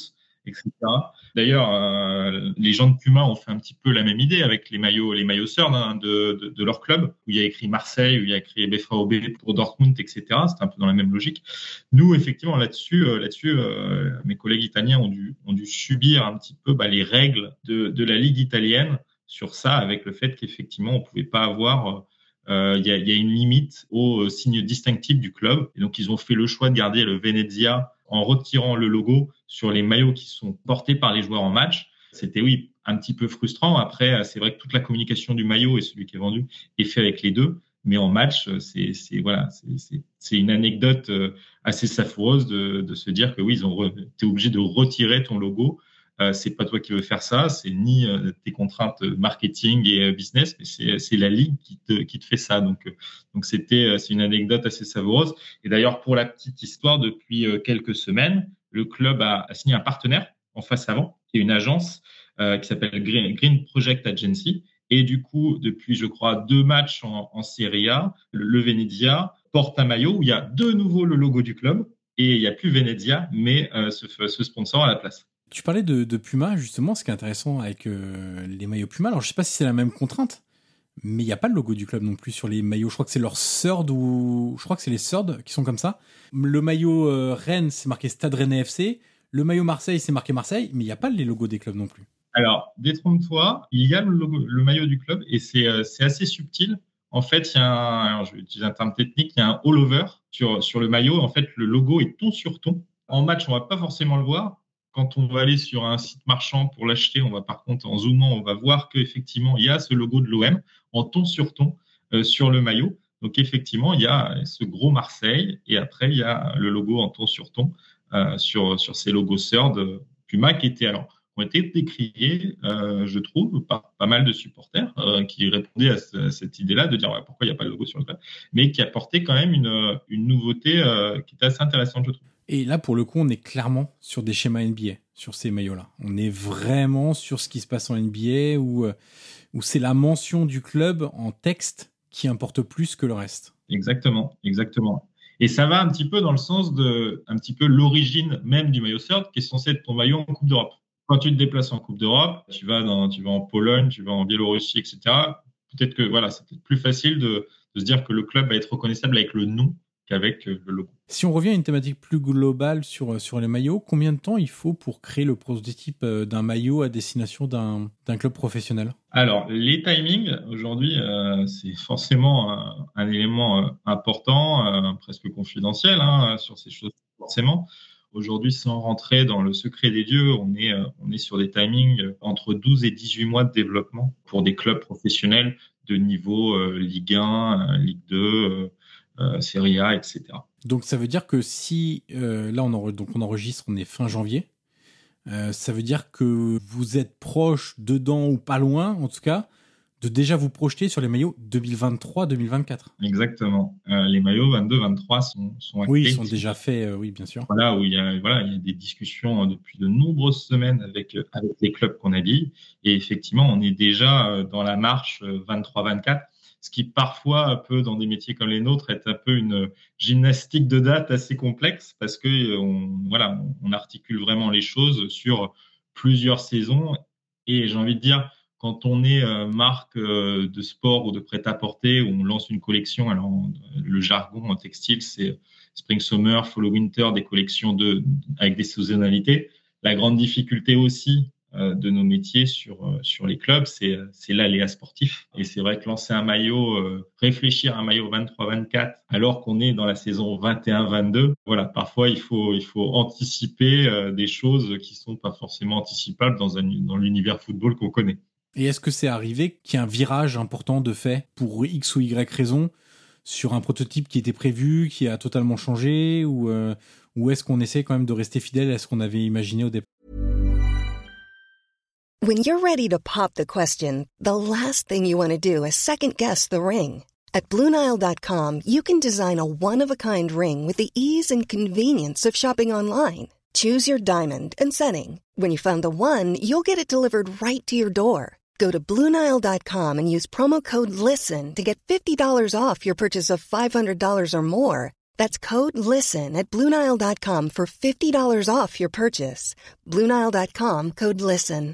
et cetera. D'ailleurs, euh, les gens de Puma ont fait un petit peu la même idée avec les maillots, les maillots Third hein, de, de, de leur club, où il y a écrit Marseille, où il y a écrit B F A O B pour Dortmund, et cetera. C'était un peu dans la même logique. Nous, effectivement, là-dessus, euh, là-dessus, euh, mes collègues italiens ont dû, ont dû subir un petit peu bah, les règles de, de la ligue italienne sur ça, avec le fait qu'effectivement, on pouvait pas avoir il euh, y, a, y a une limite au signe distinctif du club. Et donc, ils ont fait le choix de garder le Venezia en retirant le logo sur les maillots qui sont portés par les joueurs en match. C'était, oui, un petit peu frustrant. Après, c'est vrai que toute la communication du maillot et celui qui est vendu est fait avec les deux. Mais en match, c'est, c'est voilà, c'est, c'est, c'est une anecdote assez savoureuse de, de se dire que oui, ils ont, re, t'es obligé de retirer ton logo. Euh, c'est pas toi qui veux faire ça, c'est ni euh, tes contraintes marketing et euh, business, mais c'est, c'est la ligue qui te, qui te fait ça. Donc, euh, donc c'était, euh, c'est une anecdote assez savoureuse. Et d'ailleurs, pour la petite histoire, depuis euh, quelques semaines, le club a, a signé un partenaire en face avant, qui est une agence euh, qui s'appelle Green, Green Project Agency. Et du coup, depuis, je crois, deux matchs en, en Serie A, le, le Venezia porte un maillot où il y a de nouveau le logo du club et il n'y a plus Venezia, mais euh, ce, ce sponsor à la place. Tu parlais de, de Puma, justement, ce qui est intéressant avec euh, les maillots Puma. Alors, je sais pas si c'est la même contrainte, mais il n'y a pas le logo du club non plus sur les maillots. Je crois que c'est leur Third ou... Je crois que c'est les Third qui sont comme ça. Le maillot euh, Rennes, c'est marqué Stade Rennais F C. Le maillot Marseille, c'est marqué Marseille, mais il n'y a pas les logos des clubs non plus. Alors, détrompe-toi, il y a le, logo, le maillot du club et c'est, euh, c'est assez subtil. En fait, il y a un... Alors, je vais utiliser un terme technique, il y a un all-over sur, sur le maillot. En fait, le logo est ton sur ton. En match, on va pas forcément le voir. Quand on va aller sur un site marchand pour l'acheter, on va par contre, en zoomant, on va voir qu'effectivement, il y a ce logo de l'O M en ton sur ton euh, sur le maillot. Donc, effectivement, il y a ce gros Marseille et après, il y a le logo en ton sur ton euh, sur, sur ces logos Third de Puma qui étaient, alors, ont été décriés, euh, je trouve, par pas mal de supporters euh, qui répondaient à, ce, à cette idée-là de dire ouais, pourquoi il n'y a pas de logo sur le club, mais qui apportait quand même une, une nouveauté euh, qui était assez intéressante, je trouve. Et là, pour le coup, on est clairement sur des schémas N B A, sur ces maillots-là. On est vraiment sur ce qui se passe en N B A, où, où c'est la mention du club en texte qui importe plus que le reste. Exactement, exactement. Et ça va un petit peu dans le sens de un petit peu l'origine même du maillot Third, qui est censé être ton maillot en Coupe d'Europe. Quand tu te déplaces en Coupe d'Europe, tu vas dans, tu vas en Pologne, tu vas en Biélorussie, et cetera. Peut-être que voilà, c'est peut-être plus facile de, de se dire que le club va être reconnaissable avec le nom qu'avec le logo. Si on revient à une thématique plus globale sur, sur les maillots, combien de temps il faut pour créer le prototype d'un maillot à destination d'un, d'un club professionnel ? Alors, les timings, aujourd'hui, euh, c'est forcément un, un élément euh, important, euh, presque confidentiel hein, sur ces choses, forcément. Aujourd'hui, sans rentrer dans le secret des dieux, on est, euh, on est sur des timings entre douze et dix-huit mois de développement pour des clubs professionnels de niveau euh, Ligue un, euh, Ligue deux, euh, euh, Serie A, et cetera. Donc ça veut dire que si, euh, là on, en, donc on enregistre, on est fin janvier, euh, ça veut dire que vous êtes proche, dedans ou pas loin, en tout cas, de déjà vous projeter sur les maillots deux mille vingt-trois deux mille vingt-quatre. Exactement. Euh, les maillots vingt-deux vingt-trois sont, sont actés. Oui, ils sont déjà faits, euh, oui, bien sûr. Voilà, où il y a, voilà, il y a des discussions depuis de nombreuses semaines avec, avec les clubs qu'on habille. Et effectivement, on est déjà dans la marche vingt-trois vingt-quatre. Ce qui parfois peut, dans des métiers comme les nôtres, être un peu une gymnastique de date assez complexe parce que on, voilà, on articule vraiment les choses sur plusieurs saisons. Et j'ai envie de dire, quand on est euh, marque euh, de sport ou de prêt-à-porter, où on lance une collection, alors le jargon en textile, c'est Spring Summer, Fall Winter, des collections de, avec des saisonnalités. La grande difficulté aussi de nos métiers sur sur les clubs, c'est c'est l'aléa sportif. Et c'est vrai que lancer un maillot, euh, réfléchir à un maillot vingt-trois vingt-quatre alors qu'on est dans la saison vingt et un vingt-deux, voilà, parfois il faut il faut anticiper euh, des choses qui sont pas forcément anticipables dans un dans l'univers football qu'on connaît. Et est-ce que c'est arrivé qu'il y ait un virage important de fait pour X ou Y raison sur un prototype qui était prévu, qui a totalement changé, ou euh, ou est-ce qu'on essaie quand même de rester fidèle à ce qu'on avait imaginé au départ? When you're ready to pop the question, the last thing you want to do is second-guess the ring. At Blue Nile dot com, you can design a one-of-a-kind ring with the ease and convenience of shopping online. Choose your diamond and setting. When you find the one, you'll get it delivered right to your door. Go to Blue Nile dot com and use promo code LISTEN to get fifty dollars off your purchase of five hundred dollars or more. That's code LISTEN at Blue Nile dot com for fifty dollars off your purchase. Blue Nile dot com, code LISTEN.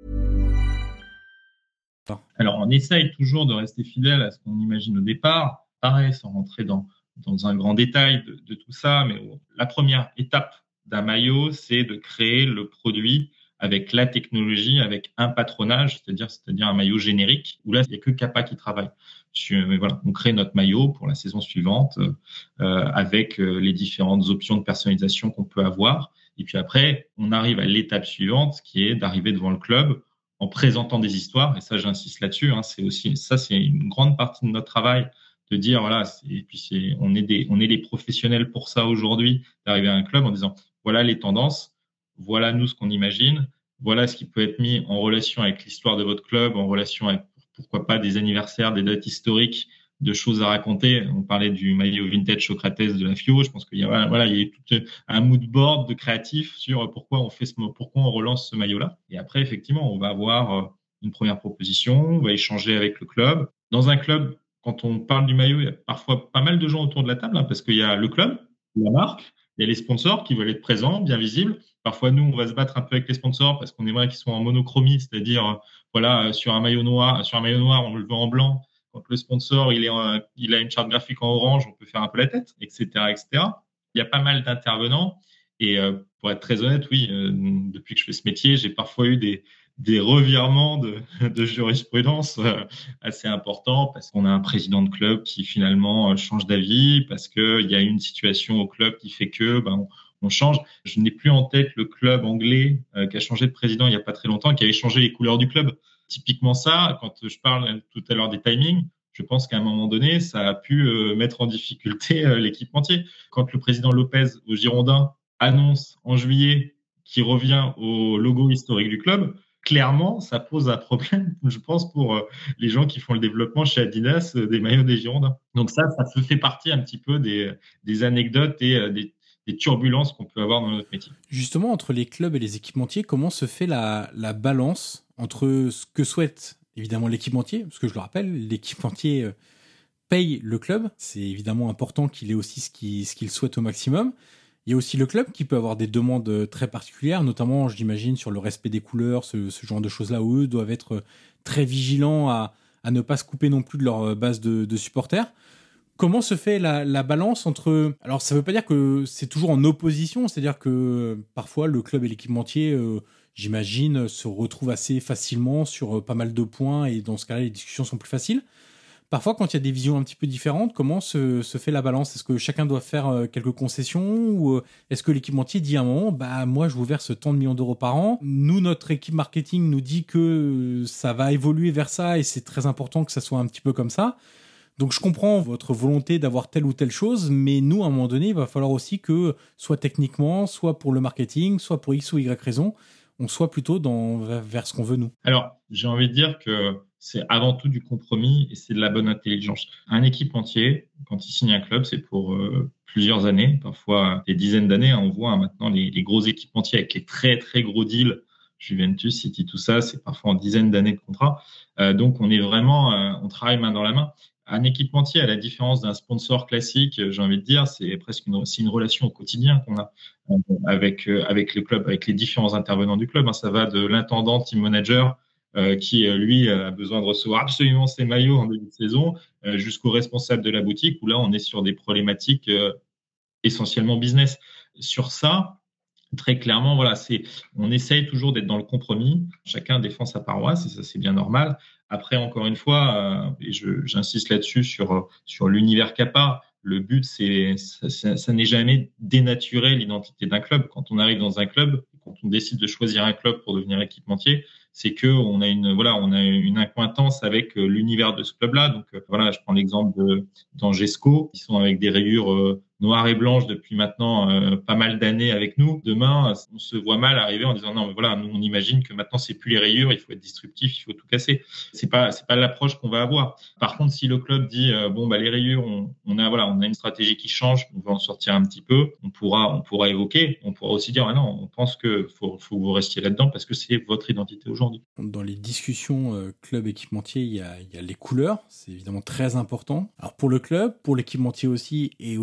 Alors, on essaye toujours de rester fidèle à ce qu'on imagine au départ. Pareil, sans rentrer dans, dans un grand détail de, de tout ça, mais la première étape d'un maillot, c'est de créer le produit avec la technologie, avec un patronage, c'est-à-dire, c'est-à-dire un maillot générique, où là, il n'y a que Kappa qui travaille. Mais voilà, on crée notre maillot pour la saison suivante euh, avec euh, les différentes options de personnalisation qu'on peut avoir. Et puis après, on arrive à l'étape suivante, qui est d'arriver devant le club en présentant des histoires. Et ça, j'insiste là-dessus. Hein, c'est aussi ça, c'est une grande partie de notre travail, de dire voilà, c'est, et puis c'est, on est des, on est les professionnels pour ça aujourd'hui, d'arriver à un club en disant voilà les tendances, voilà nous ce qu'on imagine, voilà ce qui peut être mis en relation avec l'histoire de votre club, en relation avec pourquoi pas des anniversaires, des dates historiques, de choses à raconter. On parlait du maillot vintage Socrates de la F I O. Je pense qu'il y a, voilà, il y a tout un mood board de créatifs sur pourquoi on fait ce, pourquoi on relance ce maillot-là. Et après, effectivement, on va avoir une première proposition, on va échanger avec le club. Dans un club, quand on parle du maillot, il y a parfois pas mal de gens autour de la table, hein, parce qu'il y a le club, la marque, il y a les sponsors qui veulent être présents, bien visibles. Parfois, nous, on va se battre un peu avec les sponsors parce qu'on aimerait qu'ils soient en monochromie, c'est-à-dire, voilà, sur un maillot noir, sur un maillot noir, on le veut en blanc. Quand le sponsor, il est, en, il a une charte graphique en orange, on peut faire un peu la tête, et cetera, et cetera. Il y a pas mal d'intervenants. Et euh, pour être très honnête, oui, euh, depuis que je fais ce métier, j'ai parfois eu des, des revirements de, de jurisprudence euh, assez importants parce qu'on a un président de club qui finalement euh, change d'avis, parce qu'il y a une situation au club qui fait que ben, on, on change. Je n'ai plus en tête le club anglais euh, qui a changé de président il n'y a pas très longtemps, qui avait changé les couleurs du club. Typiquement ça, quand je parle tout à l'heure des timings, je pense qu'à un moment donné, ça a pu euh, mettre en difficulté euh, l'équipementier. Quand le président Lopez au Girondins annonce en juillet qu'il revient au logo historique du club, clairement, ça pose un problème, je pense, pour euh, les gens qui font le développement chez Adidas euh, des maillots des Girondins. Donc ça, ça fait partie un petit peu des, des anecdotes et euh, des, des turbulences qu'on peut avoir dans notre métier. Justement, entre les clubs et les équipementiers, comment se fait la, la balance entre ce que souhaite évidemment l'équipementier, parce que je le rappelle, l'équipementier euh, paye le club, c'est évidemment important qu'il ait aussi ce qu'il, ce qu'il souhaite au maximum. Il y a aussi le club qui peut avoir des demandes très particulières, notamment, j'imagine, sur le respect des couleurs, ce, ce genre de choses-là, où eux doivent être très vigilants à, à ne pas se couper non plus de leur base de, de supporters. Comment se fait la, la balance entre... Alors, ça ne veut pas dire que c'est toujours en opposition, c'est-à-dire que parfois, le club et l'équipementier, euh, j'imagine, se retrouvent assez facilement sur pas mal de points, et dans ce cas-là, les discussions sont plus faciles. Parfois, quand il y a des visions un petit peu différentes, comment se, se fait la balance ? Est-ce que chacun doit faire euh, quelques concessions, ou euh, est-ce que l'équipementier dit à un moment, bah moi je vous verse tant de millions d'euros par an. Nous, notre équipe marketing nous dit que euh, ça va évoluer vers ça et c'est très important que ça soit un petit peu comme ça. Donc je comprends votre volonté d'avoir telle ou telle chose, mais nous, à un moment donné, il va falloir aussi que, soit techniquement, soit pour le marketing, soit pour X ou Y raison, on soit plutôt dans, vers ce qu'on veut nous. Alors, j'ai envie de dire que c'est avant tout du compromis et c'est de la bonne intelligence. Un équipementier, quand il signe un club, c'est pour euh, plusieurs années, parfois des dizaines d'années. On voit hein, maintenant les, les gros équipementiers avec les très, très gros deals, Juventus, City, tout ça, c'est parfois en dizaines d'années de contrat. Euh, donc, on est vraiment, euh, on travaille main dans la main. Un équipementier, à la différence d'un sponsor classique, j'ai envie de dire, c'est presque une, c'est une relation au quotidien qu'on a avec, avec le club, avec les différents intervenants du club. Ça va de l'intendant, team manager, euh, qui, lui, a besoin de recevoir absolument ses maillots en début de saison, euh, jusqu'au responsable de la boutique, où là, on est sur des problématiques euh, essentiellement business. Sur ça, très clairement, voilà, c'est, on essaye toujours d'être dans le compromis. Chacun défend sa paroisse, et ça, c'est bien normal. Après, encore une fois, euh, et je, j'insiste là-dessus sur, sur l'univers Kappa, le but, c'est, ça, ça, ça n'est jamais dénaturer l'identité d'un club. Quand on arrive dans un club, quand on décide de choisir un club pour devenir équipementier, c'est que on a une, voilà, on a une accointance avec l'univers de ce club-là. Donc, voilà, je prends l'exemple de, d'Angesco, qui sont avec des rayures euh, noires et blanches depuis maintenant euh, pas mal d'années avec nous. Demain, on se voit mal arriver en disant non, mais voilà, nous on imagine que maintenant c'est plus les rayures, il faut être disruptif, il faut tout casser. C'est pas, c'est pas l'approche qu'on va avoir. Par contre, si le club dit euh, bon bah les rayures, on, on a voilà, on a une stratégie qui change, on va en sortir un petit peu, on pourra, on pourra évoquer, on pourra aussi dire ah non, on pense que faut, faut que vous restiez là-dedans parce que c'est votre identité aujourd'hui. Dans les discussions euh, club équipementier, il y a, il y a les couleurs, c'est évidemment très important. Alors pour le club, pour l'équipementier aussi, et aussi pour les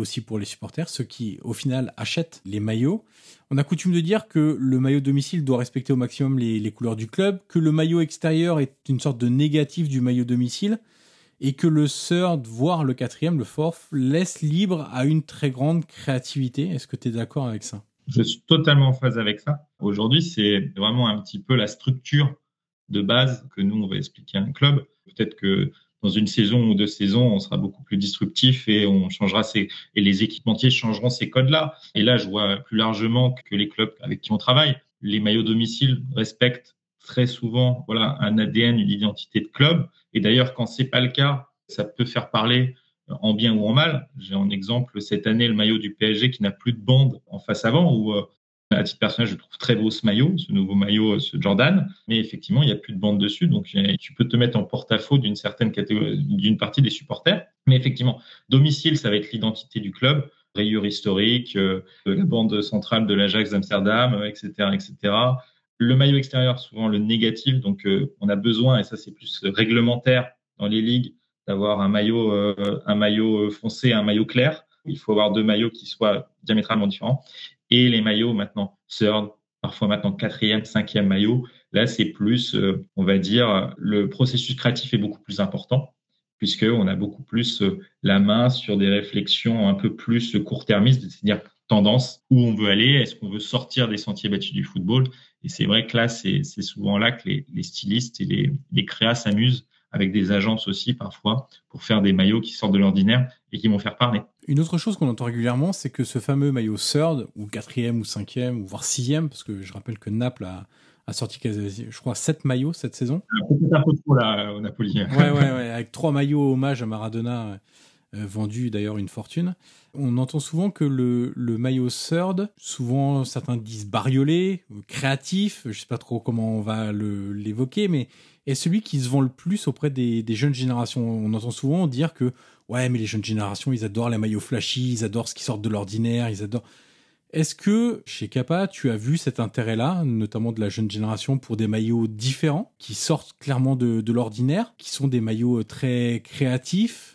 les supporters, ceux qui, au final, achètent les maillots. On a coutume de dire que le maillot domicile doit respecter au maximum les, les couleurs du club, que le maillot extérieur est une sorte de négatif du maillot domicile, et que le third, voire le quatrième, le fourth, laisse libre à une très grande créativité. Est-ce que tu es d'accord avec ça ? Je suis totalement en phase avec ça. Aujourd'hui, c'est vraiment un petit peu la structure de base que nous, on va expliquer à un club. Peut-être que dans une saison ou deux saisons, on sera beaucoup plus disruptif et on changera ces, et les équipementiers changeront ces codes-là. Et là, je vois plus largement que les clubs avec qui on travaille, les maillots domicile respectent très souvent, voilà, un A D N, une identité de club. Et d'ailleurs, quand c'est pas le cas, ça peut faire parler en bien ou en mal. J'ai en exemple cette année le maillot du P S G qui n'a plus de bande en face avant, où euh, à titre personnel, je trouve très beau ce maillot, ce nouveau maillot, ce Jordan, mais effectivement, il n'y a plus de bande dessus, donc tu peux te mettre en porte-à-faux d'une certaine catégorie, d'une partie des supporters. Mais effectivement, domicile, ça va être l'identité du club, rayure historique, euh, la bande centrale de l'Ajax d'Amsterdam, euh, et cetera, et cetera. Le maillot extérieur, souvent le négatif, donc euh, on a besoin, et ça c'est plus réglementaire dans les ligues, d'avoir un maillot, euh, un maillot foncé, un maillot clair. Il faut avoir deux maillots qui soient diamétralement différents. Et les maillots maintenant third, parfois maintenant quatrième, cinquième maillot. Là, c'est plus, euh, on va dire, le processus créatif est beaucoup plus important puisqu'on a beaucoup plus euh, la main sur des réflexions un peu plus court-termistes, c'est-à-dire tendance, où on veut aller, est-ce qu'on veut sortir des sentiers battus du football. Et c'est vrai que là, c'est, c'est souvent là que les, les stylistes et les, les créas s'amusent avec des agences aussi parfois, pour faire des maillots qui sortent de l'ordinaire et qui vont faire parler. Une autre chose qu'on entend régulièrement, c'est que ce fameux maillot third, ou quatrième, ou cinquième, ou voire sixième, parce que je rappelle que Naples a, a sorti, je crois, sept maillots cette saison. Peut-être un peu trop là, au Napoli. Ouais, ouais, ouais, avec trois maillots hommage à Maradona, euh, vendus d'ailleurs une fortune. On entend souvent que le, le maillot third, souvent certains disent bariolé, créatif, je sais pas trop comment on va le, l'évoquer, mais est celui qui se vend le plus auprès des, des jeunes générations. On entend souvent dire que ouais, mais les jeunes générations, ils adorent les maillots flashy, ils adorent ce qui sort de l'ordinaire, ils adorent. Est-ce que chez Kappa, tu as vu cet intérêt-là, notamment de la jeune génération, pour des maillots différents, qui sortent clairement de, de l'ordinaire, qui sont des maillots très créatifs ?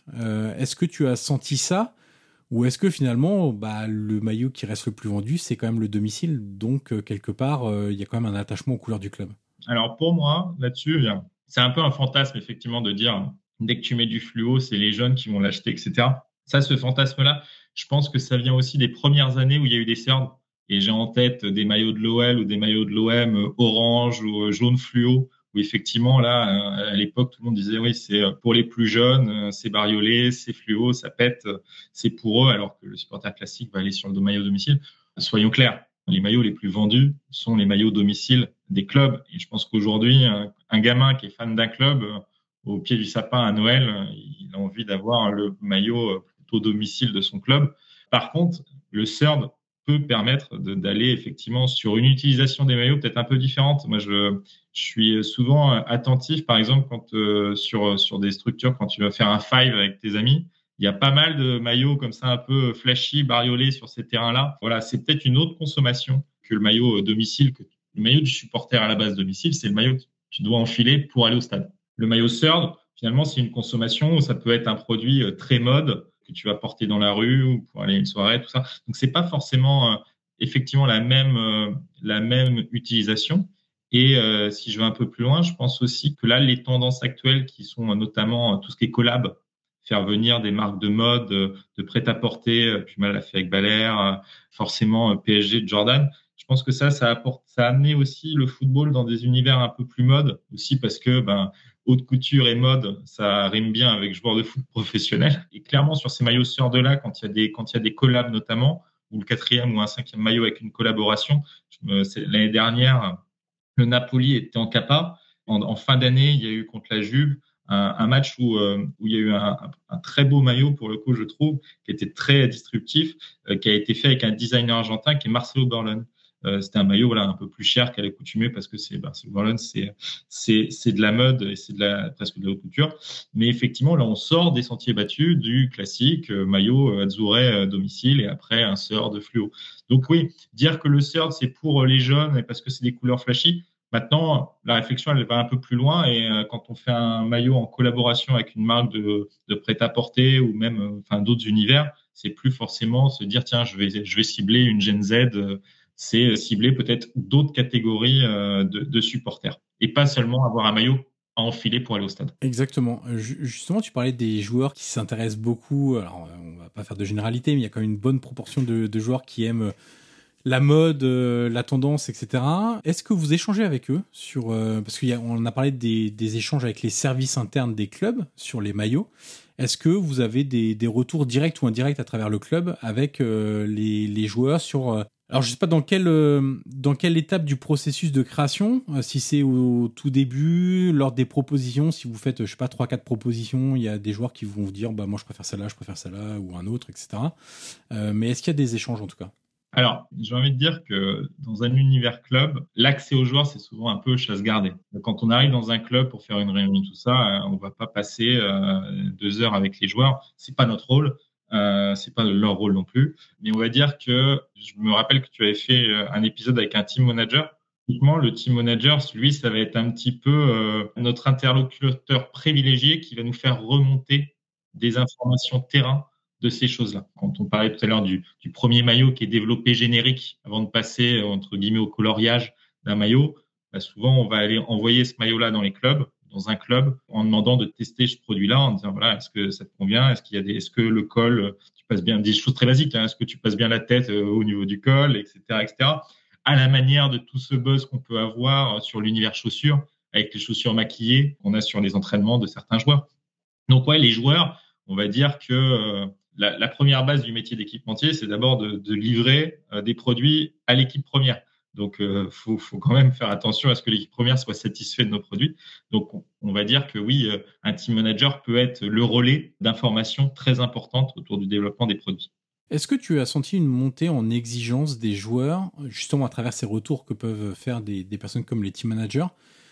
euh, Est-ce que tu as senti ça ? Ou est-ce que finalement, bah, le maillot qui reste le plus vendu, c'est quand même le domicile, donc euh, quelque part, il euh, y a quand même un attachement aux couleurs du club ? Alors pour moi, là-dessus, c'est un peu un fantasme effectivement de dire dès que tu mets du fluo, c'est les jeunes qui vont l'acheter, et cetera. Ça, ce fantasme-là, je pense que ça vient aussi des premières années où il y a eu des thirds. Et j'ai en tête des maillots de l'O L ou des maillots de l'O M orange ou jaune fluo, où effectivement, là, à l'époque, tout le monde disait oui, c'est pour les plus jeunes, c'est bariolé, c'est fluo, ça pète, c'est pour eux, alors que le supporter classique va aller sur le maillot domicile. Soyons clairs. Les maillots les plus vendus sont les maillots domicile des clubs. Et je pense qu'aujourd'hui, un, un gamin qui est fan d'un club, euh, au pied du sapin à Noël, euh, il a envie d'avoir le maillot plutôt domicile de son club. Par contre, le third peut permettre de, d'aller effectivement sur une utilisation des maillots peut-être un peu différente. Moi, je, je suis souvent attentif, par exemple, quand euh, sur, sur des structures, quand tu vas faire un five avec tes amis, il y a pas mal de maillots comme ça un peu flashy, bariolés sur ces terrains-là. Voilà, c'est peut-être une autre consommation que le maillot domicile. Que, le maillot du supporter à la base domicile, c'est le maillot que tu dois enfiler pour aller au stade. Le maillot third, finalement, c'est une consommation où ça peut être un produit très mode que tu vas porter dans la rue ou pour aller à une soirée, tout ça. Donc, c'est pas forcément euh, effectivement la même, euh, la même utilisation. Et euh, si je vais un peu plus loin, je pense aussi que là, les tendances actuelles qui sont euh, notamment euh, tout ce qui est collab, faire venir des marques de mode, de prêt-à-porter, Puma l'a fait avec Balaire, forcément P S G de Jordan. Je pense que ça, ça apporte, ça a amené aussi le football dans des univers un peu plus mode, aussi parce que ben, haute couture et mode, ça rime bien avec joueur de foot professionnel. Et clairement, sur ces maillots third là, quand il y a des, quand il y a des collabs notamment, ou le quatrième ou un cinquième maillot avec une collaboration, je me, c'est, l'année dernière, le Napoli était en Kappa. En, en fin d'année, il y a eu contre la Juve un, un match où, euh, où il y a eu un, un, un très beau maillot, pour le coup, je trouve, qui était très disruptif, euh, qui a été fait avec un designer argentin qui est Marcelo Burlon. Euh, c'était un maillot voilà un peu plus cher qu'à l'accoutumée parce que c'est Marcelo Burlon, c'est c'est c'est de la mode et c'est de la presque de la haute couture. Mais effectivement, là, on sort des sentiers battus du classique euh, maillot euh, azzurré euh, domicile et après un third de fluo. Donc oui, dire que le third c'est pour les jeunes et parce que c'est des couleurs flashy, Maintenant, la réflexion, elle va un peu plus loin et euh, quand on fait un maillot en collaboration avec une marque de, de prêt-à-porter ou même euh, enfin d'autres univers, c'est plus forcément se dire tiens, je vais je vais cibler une Gen Z, euh, c'est cibler peut-être d'autres catégories euh, de, de supporters et pas seulement avoir un maillot à enfiler pour aller au stade. Exactement. Euh, ju- Justement, tu parlais des joueurs qui s'intéressent beaucoup. Alors, euh, on va pas faire de généralité, mais il y a quand même une bonne proportion de, de joueurs qui aiment euh, la mode, euh, la tendance, et cetera. Est-ce que vous échangez avec eux sur euh, parce qu'on a parlé des, des échanges avec les services internes des clubs sur les maillots. Est-ce que vous avez des, des retours directs ou indirects à travers le club avec euh, les, les joueurs sur euh, alors je sais pas dans quelle euh, dans quelle étape du processus de création, euh, si c'est au tout début, lors des propositions, si vous faites je sais pas trois quatre propositions, il y a des joueurs qui vont vous dire bah moi je préfère celle-là, je préfère celle-là ou un autre, et cetera. Euh, mais est-ce qu'il y a des échanges en tout cas? Alors, j'ai envie de dire que dans un univers club, l'accès aux joueurs, c'est souvent un peu chasse gardée. Quand on arrive dans un club pour faire une réunion, tout ça, on va pas passer euh, deux heures avec les joueurs. C'est pas notre rôle, euh, c'est pas leur rôle non plus. Mais on va dire que je me rappelle que tu avais fait un épisode avec un team manager. Typiquement, le team manager, lui, ça va être un petit peu euh, notre interlocuteur privilégié qui va nous faire remonter des informations terrain de ces choses-là. Quand on parlait tout à l'heure du, du premier maillot qui est développé générique avant de passer, entre guillemets, au coloriage d'un maillot, bah souvent, on va aller envoyer ce maillot-là dans les clubs, dans un club, en demandant de tester ce produit-là, en disant, voilà, est-ce que ça te convient? Est-ce qu'il y a des, est-ce que le col, tu passes bien, des choses très basiques, hein, est-ce que tu passes bien la tête euh, au niveau du col, et cetera, et cetera. À la manière de tout ce buzz qu'on peut avoir sur l'univers chaussures, avec les chaussures maquillées qu'on a sur les entraînements de certains joueurs. Donc, ouais, les joueurs, on va dire que euh, la, la première base du métier d'équipementier, c'est d'abord de, de livrer euh, des produits à l'équipe première. Donc, il euh, faut, faut quand même faire attention à ce que l'équipe première soit satisfaite de nos produits. Donc, on, on va dire que oui, euh, un team manager peut être le relais d'informations très importantes autour du développement des produits. Est-ce que tu as senti une montée en exigence des joueurs, justement à travers ces retours que peuvent faire des, des personnes comme les team managers,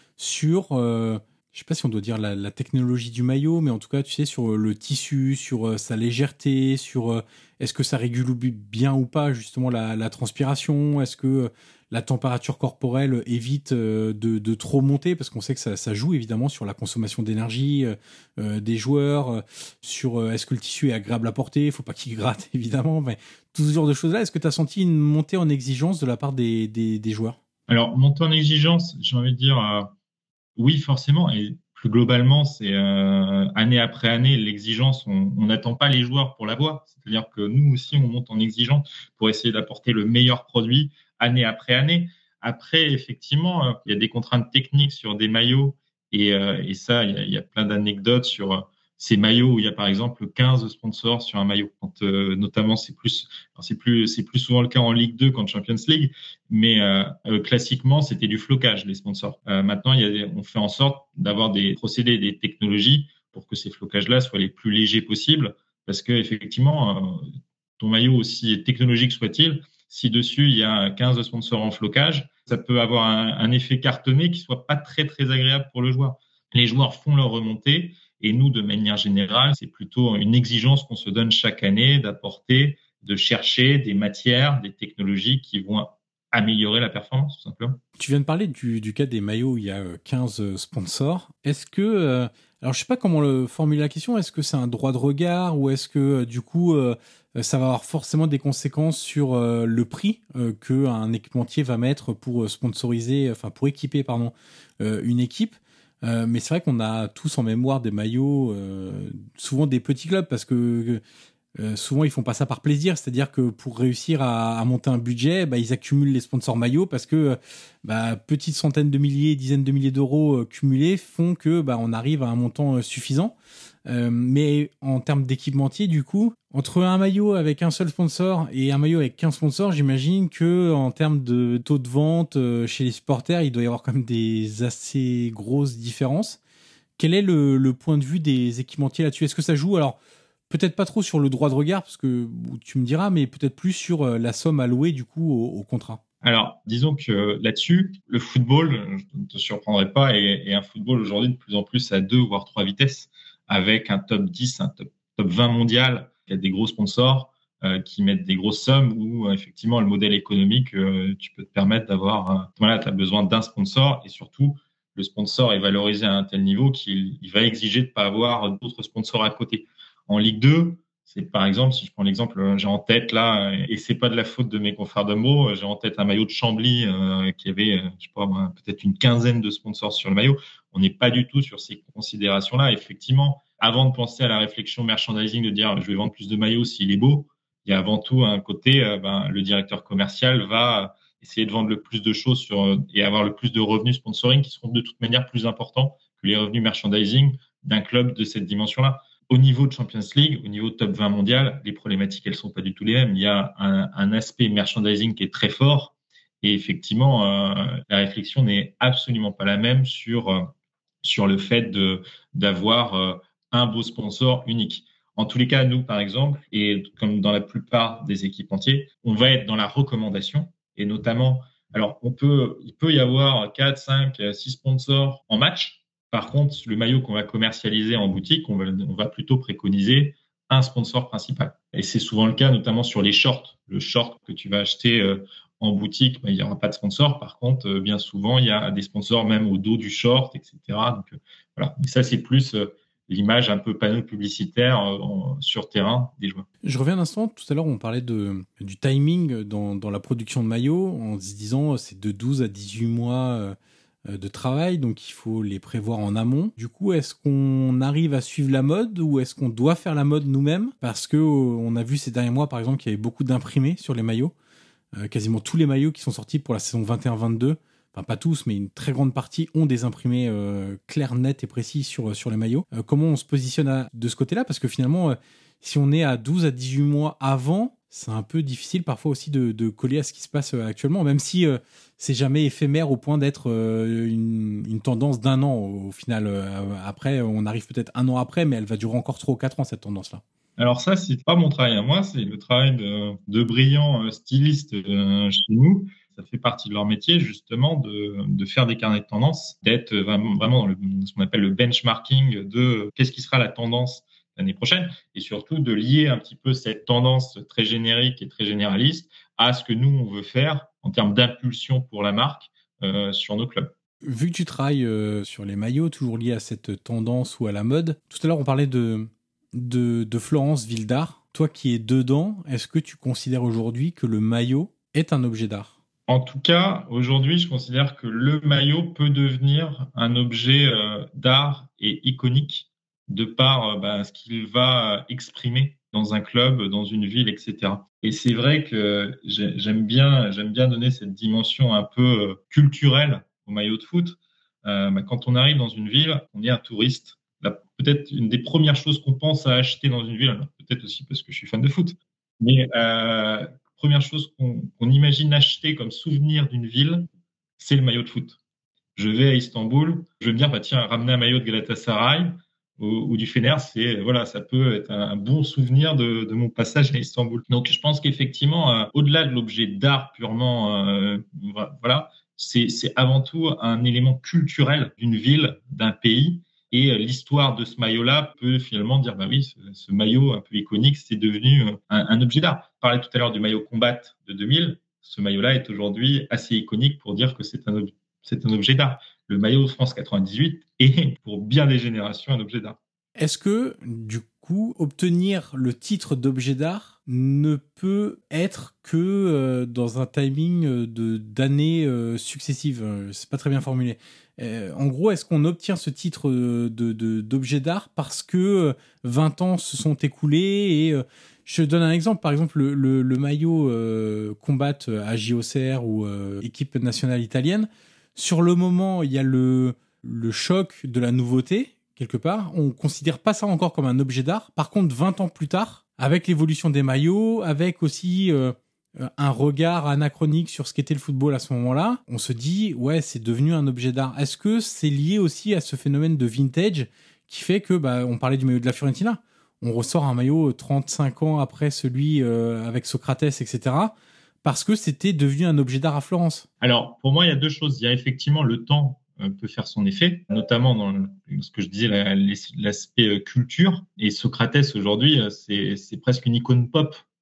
sur, euh, je sais pas si on doit dire la, la technologie du maillot, mais en tout cas, tu sais, sur le tissu, sur euh, sa légèreté, sur euh, est-ce que ça régule bien ou pas justement la, la transpiration, est-ce que euh, la température corporelle évite euh, de, de trop monter, parce qu'on sait que ça, ça joue évidemment sur la consommation d'énergie euh, euh, des joueurs, euh, sur euh, est-ce que le tissu est agréable à porter, faut pas qu'il gratte évidemment, mais tout ce genre de choses-là. Est-ce que tu as senti une montée en exigence de la part des, des, des joueurs? Alors, montée en exigence, j'ai envie de dire, euh, oui, forcément. Et plus globalement, c'est euh, année après année, l'exigence, on n'attend pas les joueurs pour l'avoir. C'est-à-dire que nous aussi, on monte en exigence pour essayer d'apporter le meilleur produit année après année. Après, effectivement, euh, il y a des contraintes techniques sur des maillots et, euh, et ça, il y a, il y a plein d'anecdotes sur euh, ces maillots où il y a par exemple quinze sponsors sur un maillot. Quand, euh, notamment, c'est plus, alors c'est plus, c'est plus souvent le cas en Ligue deux qu'en Champions League, mais euh, euh, classiquement, c'était du flocage, les sponsors. Euh, maintenant, il y a des, on fait en sorte d'avoir des procédés, des technologies pour que ces flocages-là soient les plus légers possibles, parce que effectivement, euh, ton maillot, aussi technologique soit-il, si dessus il y a quinze sponsors en flocage, ça peut avoir un, un effet cartonné qui soit pas très très agréable pour le joueur. Les joueurs font leur remontée et nous, de manière générale, c'est plutôt une exigence qu'on se donne chaque année d'apporter, de chercher des matières, des technologies qui vont améliorer la performance, tout simplement. Tu viens de parler du, du cas des maillots où il y a quinze sponsors. Est-ce que, euh, alors je sais pas comment le formuler la question, est-ce que c'est un droit de regard ou est-ce que euh, du coup euh, ça va avoir forcément des conséquences sur euh, le prix euh, qu'un équipementier va mettre pour sponsoriser, enfin pour équiper pardon, euh, une équipe? Euh, mais c'est vrai qu'on a tous en mémoire des maillots, euh, souvent des petits clubs, parce que euh, souvent ils font pas ça par plaisir, c'est-à-dire que pour réussir à, à monter un budget, bah, ils accumulent les sponsors maillots parce que bah, petites centaines de milliers, dizaines de milliers d'euros euh, cumulés font que bah, on arrive à un montant euh, suffisant. Euh, mais en termes d'équipementier, du coup, entre un maillot avec un seul sponsor et un maillot avec quinze sponsors, j'imagine que en termes de taux de vente euh, chez les supporters, il doit y avoir quand même des assez grosses différences. Quel est le, le point de vue des équipementiers là-dessus? Est-ce que ça joue? Alors, peut-être pas trop sur le droit de regard, parce que tu me diras, mais peut-être plus sur la somme allouée du coup au, au contrat. Alors, disons que là-dessus, le football, je ne te surprendrai pas, est, est un football aujourd'hui de plus en plus à deux voire trois vitesses, avec un top dix, un top, top vingt mondial qui a des gros sponsors, euh, qui mettent des grosses sommes où, euh, effectivement, le modèle économique, euh, tu peux te permettre d'avoir, euh, voilà, tu as besoin d'un sponsor et surtout, le sponsor est valorisé à un tel niveau qu'il il va exiger de pas avoir d'autres sponsors à côté. En Ligue deux, c'est par exemple, si je prends l'exemple, j'ai en tête là, et c'est pas de la faute de mes confrères de mots, j'ai en tête un maillot de Chambly euh, qui avait, je sais pas, peut-être une quinzaine de sponsors sur le maillot. On n'est pas du tout sur ces considérations-là. Effectivement, avant de penser à la réflexion merchandising, de dire je vais vendre plus de maillots s'il est beau, il y a avant tout un côté, euh, ben, le directeur commercial va essayer de vendre le plus de choses sur, et avoir le plus de revenus sponsoring qui seront de toute manière plus importants que les revenus merchandising d'un club de cette dimension-là. Au niveau de Champions League, au niveau de top vingt mondial, les problématiques, elles sont pas du tout les mêmes. Il y a un, un aspect merchandising qui est très fort et effectivement, euh, la réflexion n'est absolument pas la même sur, euh, sur le fait de, d'avoir euh, un beau sponsor unique. En tous les cas, nous, par exemple, et comme dans la plupart des équipementiers, on va être dans la recommandation et notamment, alors on peut, il peut y avoir quatre, cinq, six sponsors en match. Par contre, le maillot qu'on va commercialiser en boutique, on va, on va plutôt préconiser un sponsor principal. Et c'est souvent le cas, notamment sur les shorts. Le short que tu vas acheter euh, en boutique, ben, il n'y aura pas de sponsor. Par contre, euh, bien souvent, il y a des sponsors même au dos du short, et cetera. Donc euh, voilà. Et ça, c'est plus euh, l'image un peu panneau publicitaire euh, en, sur terrain des joueurs. Je reviens un instant. Tout à l'heure, on parlait de, du timing dans, dans la production de maillots en se disant c'est de douze à dix-huit mois euh, de travail, donc il faut les prévoir en amont. Du coup, est-ce qu'on arrive à suivre la mode ou est-ce qu'on doit faire la mode nous-mêmes? Parce que euh, on a vu ces derniers mois, par exemple, qu'il y avait beaucoup d'imprimés sur les maillots. Euh, quasiment tous les maillots qui sont sortis pour la saison vingt et un vingt-deux, enfin pas tous, mais une très grande partie ont des imprimés euh, clairs, nets et précis sur, sur les maillots. Euh, comment on se positionne à, de ce côté-là? Parce que finalement, euh, si on est à douze à dix-huit mois avant, c'est un peu difficile parfois aussi de, de coller à ce qui se passe actuellement, même si euh, c'est jamais éphémère au point d'être euh, une, une tendance d'un an au, au final. Euh, après, on arrive peut-être un an après, mais elle va durer encore trois ou quatre ans, cette tendance-là. Alors ça, c'est pas mon travail à moi, c'est le travail de, de brillants stylistes euh, chez nous. Ça fait partie de leur métier, justement, de, de faire des carnets de tendance, d'être vraiment, vraiment dans le, ce qu'on appelle le benchmarking de qu'est-ce qui sera la tendance l'année prochaine, et surtout de lier un petit peu cette tendance très générique et très généraliste à ce que nous, on veut faire en termes d'impulsion pour la marque euh, sur nos clubs. Vu que tu travailles euh, sur les maillots, toujours liés à cette tendance ou à la mode, tout à l'heure, on parlait de, de, de Florence Ville d'Art. Toi qui es dedans, est-ce que tu considères aujourd'hui que le maillot est un objet d'art? En tout cas, aujourd'hui, je considère que le maillot peut devenir un objet euh, d'art et iconique de par euh, bah, ce qu'il va exprimer dans un club, dans une ville, et cetera. Et c'est vrai que j'aime bien, j'aime bien donner cette dimension un peu culturelle au maillot de foot. Euh, bah, quand on arrive dans une ville, on est un touriste. Là, peut-être une des premières choses qu'on pense à acheter dans une ville, alors peut-être aussi parce que je suis fan de foot, mais euh, première chose qu'on, qu'on imagine acheter comme souvenir d'une ville, c'est le maillot de foot. Je vais à Istanbul, je vais me dire, bah, tiens, ramener un maillot de Galatasaray ou, ou du Fener, c'est, voilà, ça peut être un, un bon souvenir de, de mon passage à Istanbul. Donc, je pense qu'effectivement, euh, au-delà de l'objet d'art purement, euh, voilà, c'est, c'est avant tout un élément culturel d'une ville, d'un pays. Et euh, l'histoire de ce maillot-là peut finalement dire, bah oui, ce, ce maillot un peu iconique, c'est devenu un, un objet d'art. On parlait tout à l'heure du maillot Combat de deux mille. Ce maillot-là est aujourd'hui assez iconique pour dire que c'est un objet. C'est un objet d'art. Le maillot de France quatre-vingt-dix-huit est, pour bien des générations, un objet d'art. Est-ce que, du coup, obtenir le titre d'objet d'art ne peut être que euh, dans un timing de, d'années euh, successives? C'est pas très bien formulé. Euh, en gros, est-ce qu'on obtient ce titre de, de, d'objet d'art parce que vingt ans se sont écoulés et... Euh, je donne un exemple, par exemple le, le, le maillot euh, Combat à J O C R ou euh, équipe nationale italienne. Sur le moment, il y a le, le choc de la nouveauté, quelque part. On ne considère pas ça encore comme un objet d'art. Par contre, vingt ans plus tard, avec l'évolution des maillots, avec aussi euh, un regard anachronique sur ce qu'était le football à ce moment-là, on se dit, ouais, c'est devenu un objet d'art. Est-ce que c'est lié aussi à ce phénomène de vintage qui fait que, bah, on parlait du maillot de la Fiorentina, on ressort un maillot trente-cinq ans après celui euh, avec Socrates, et cetera, parce que c'était devenu un objet d'art à Florence? Alors, pour moi, il y a deux choses. Il y a effectivement le temps euh, peut faire son effet, notamment dans le, ce que je disais, la, l'aspect euh, culture. Et Socrates, aujourd'hui, c'est, c'est presque une icône pop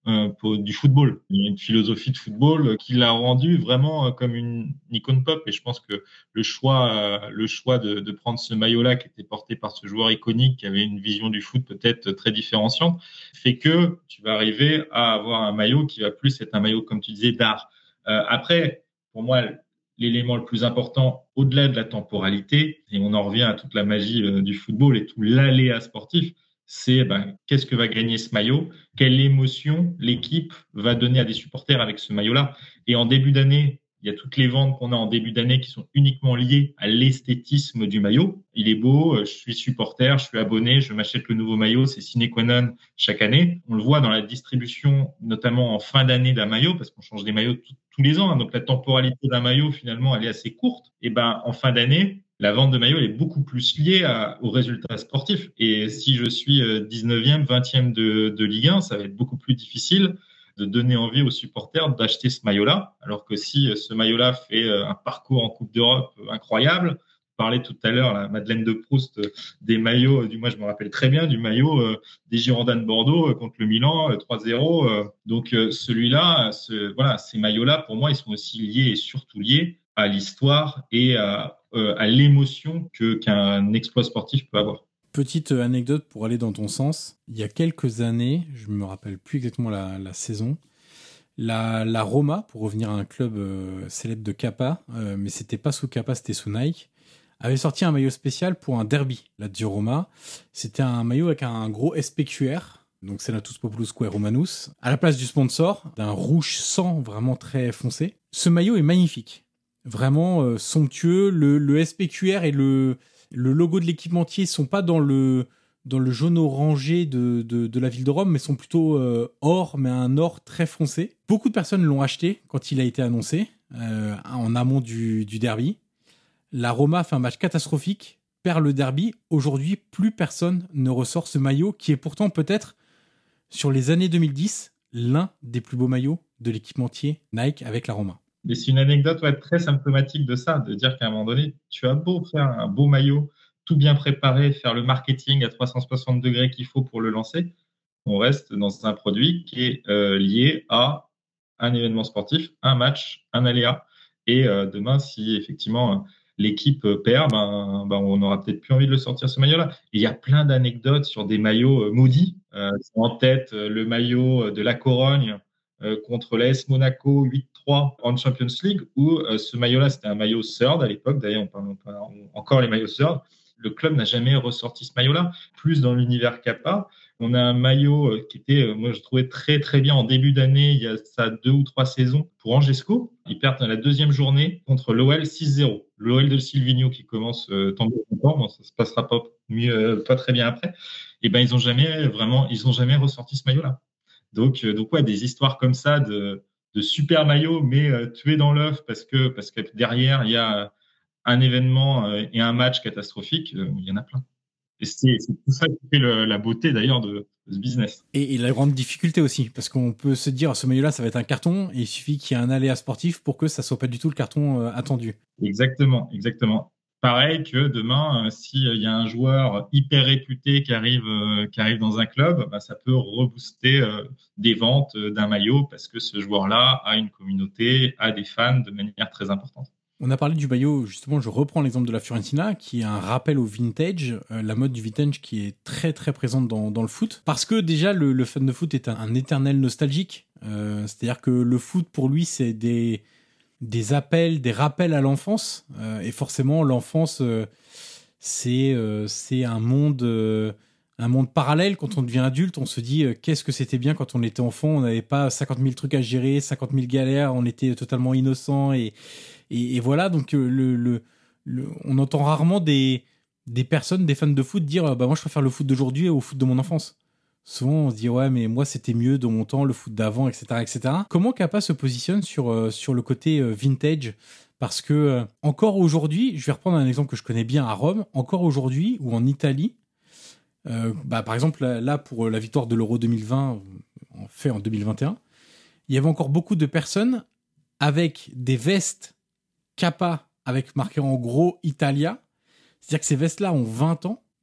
euh, pour, du football. Il y a une philosophie de football qui l'a rendu vraiment euh, comme une, une icône pop. Et je pense que le choix, euh, le choix de, de prendre ce maillot-là qui était porté par ce joueur iconique qui avait une vision du foot peut-être très différenciante, fait que tu vas arriver à avoir un maillot qui va plus être un maillot, comme tu disais, d'art. Euh, après, pour moi, l'élément le plus important, au-delà de la temporalité, et on en revient à toute la magie euh, du football et tout l'aléa sportif, c'est ben, qu'est-ce que va gagner ce maillot, quelle émotion l'équipe va donner à des supporters avec ce maillot-là. Et en début d'année, il y a toutes les ventes qu'on a en début d'année qui sont uniquement liées à l'esthétisme du maillot. Il est beau, je suis supporter, je suis abonné, je m'achète le nouveau maillot, c'est sine qua non chaque année. On le voit dans la distribution, notamment en fin d'année d'un maillot, parce qu'on change des maillots t- tous les ans. Hein, donc la temporalité d'un maillot, finalement, elle est assez courte. Et ben en fin d'année, la vente de maillots est beaucoup plus liée à, aux résultats sportifs. Et si je suis dix-neuvième, vingtième de, de Ligue un, ça va être beaucoup plus difficile de donner envie aux supporters d'acheter ce maillot-là. Alors que si ce maillot-là fait un parcours en Coupe d'Europe incroyable, on parlait tout à l'heure, la Madeleine de Proust, des maillots, du moi je me rappelle très bien du maillot euh, des Girondins de Bordeaux euh, contre le Milan, euh, trois zéro. Euh, donc euh, celui-là, ce, voilà, ces maillots-là, pour moi, ils sont aussi liés et surtout liés à l'histoire et à, euh, à l'émotion que, qu'un exploit sportif peut avoir. Petite anecdote pour aller dans ton sens. Il y a quelques années, je me rappelle plus exactement la, la saison, la, la Roma, pour revenir à un club euh, célèbre de Kappa, euh, mais c'était pas sous Kappa, c'était sous Nike, avait sorti un maillot spécial pour un derby, la Lazio Roma. C'était un maillot avec un gros S P Q R, donc Senatus Populus Quae Romanus, à la place du sponsor, d'un rouge sang vraiment très foncé. Ce maillot est magnifique, vraiment euh, somptueux. Le, le S P Q R et le... Le logo de l'équipementier sont pas dans le, dans le jaune orangé de, de, de la ville de Rome, mais sont plutôt euh, or, mais un or très foncé. Beaucoup de personnes l'ont acheté quand il a été annoncé, euh, en amont du, du derby. La Roma fait un match catastrophique, perd le derby. Aujourd'hui, plus personne ne ressort ce maillot, qui est pourtant peut-être, sur les années deux mille dix, l'un des plus beaux maillots de l'équipementier Nike avec la Roma. Mais c'est une anecdote ouais, très symptomatique de ça, de dire qu'à un moment donné, tu as beau faire un beau maillot, tout bien préparé, faire le marketing à trois cent soixante degrés qu'il faut pour le lancer, on reste dans un produit qui est euh, lié à un événement sportif, un match, un aléa. Et euh, demain, si effectivement l'équipe perd, ben, ben, on n'aura peut-être plus envie de le sortir, ce maillot-là. Et il y a plein d'anecdotes sur des maillots euh, maudits. Euh, en tête, euh, le maillot de la Corogne, Euh, contre l'A S Monaco huit trois en Champions League, où euh, ce maillot-là, c'était un maillot third à l'époque. D'ailleurs, on parle, on parle encore les maillots third. Le club n'a jamais ressorti ce maillot-là. Plus dans l'univers Kappa, on a un maillot euh, qui était, euh, moi, je trouvais très, très bien en début d'année, il y a ça deux ou trois saisons, pour Angesco. Ils perdent la deuxième journée contre l'O L six zéro. L'O L de Silvino qui commence euh, tant bien longtemps, bon, ça se passera pas mieux, euh, pas très bien après. Et ben, ils ont jamais vraiment, ils ont jamais ressorti ce maillot-là. Donc, euh, donc ouais, des histoires comme ça de, de super maillots, mais euh, tués dans l'œuf parce que, parce que derrière, il y a un événement euh, et un match catastrophique, euh, il y en a plein. Et c'est, c'est tout ça qui fait le, la beauté d'ailleurs de, de ce business. Et, et la grande difficulté aussi, parce qu'on peut se dire, ce maillot-là, ça va être un carton, et il suffit qu'il y ait un aléa sportif pour que ça soit pas du tout le carton euh, attendu. Exactement, exactement. Pareil que demain, euh, s'il y a un joueur hyper réputé qui arrive, euh, qui arrive dans un club, bah, ça peut rebooster euh, des ventes euh, d'un maillot parce que ce joueur-là a une communauté, a des fans de manière très importante. On a parlé du maillot, justement, je reprends l'exemple de la Fiorentina, qui est un rappel au vintage, euh, la mode du vintage qui est très très présente dans, dans le foot. Parce que déjà, le, le fan de foot est un, un éternel nostalgique. Euh, c'est-à-dire que le foot, pour lui, c'est des... des appels, des rappels à l'enfance, euh, et forcément l'enfance euh, c'est euh, c'est un monde euh, un monde parallèle. Quand on devient adulte, on se dit euh, qu'est-ce que c'était bien quand on était enfant, on n'avait pas cinquante mille trucs à gérer, cinquante mille galères, on était totalement innocent et et, et voilà. Donc euh, le, le le on entend rarement des des personnes, des fans de foot dire bah moi je préfère le foot d'aujourd'hui au foot de mon enfance. Souvent, on se dit, ouais, mais moi, c'était mieux dans mon temps, le foot d'avant, et cetera, et cetera. Comment Kappa se positionne sur, euh, sur le côté euh, vintage ? Parce que, euh, encore aujourd'hui, je vais reprendre un exemple que je connais bien à Rome, encore aujourd'hui, ou en Italie, euh, bah, par exemple, là, pour la victoire de l'Euro deux mille vingt, en fait en deux mille vingt et un, il y avait encore beaucoup de personnes avec des vestes Kappa, avec marqué en gros Italia. C'est-à-dire que ces vestes-là ont vingt ans,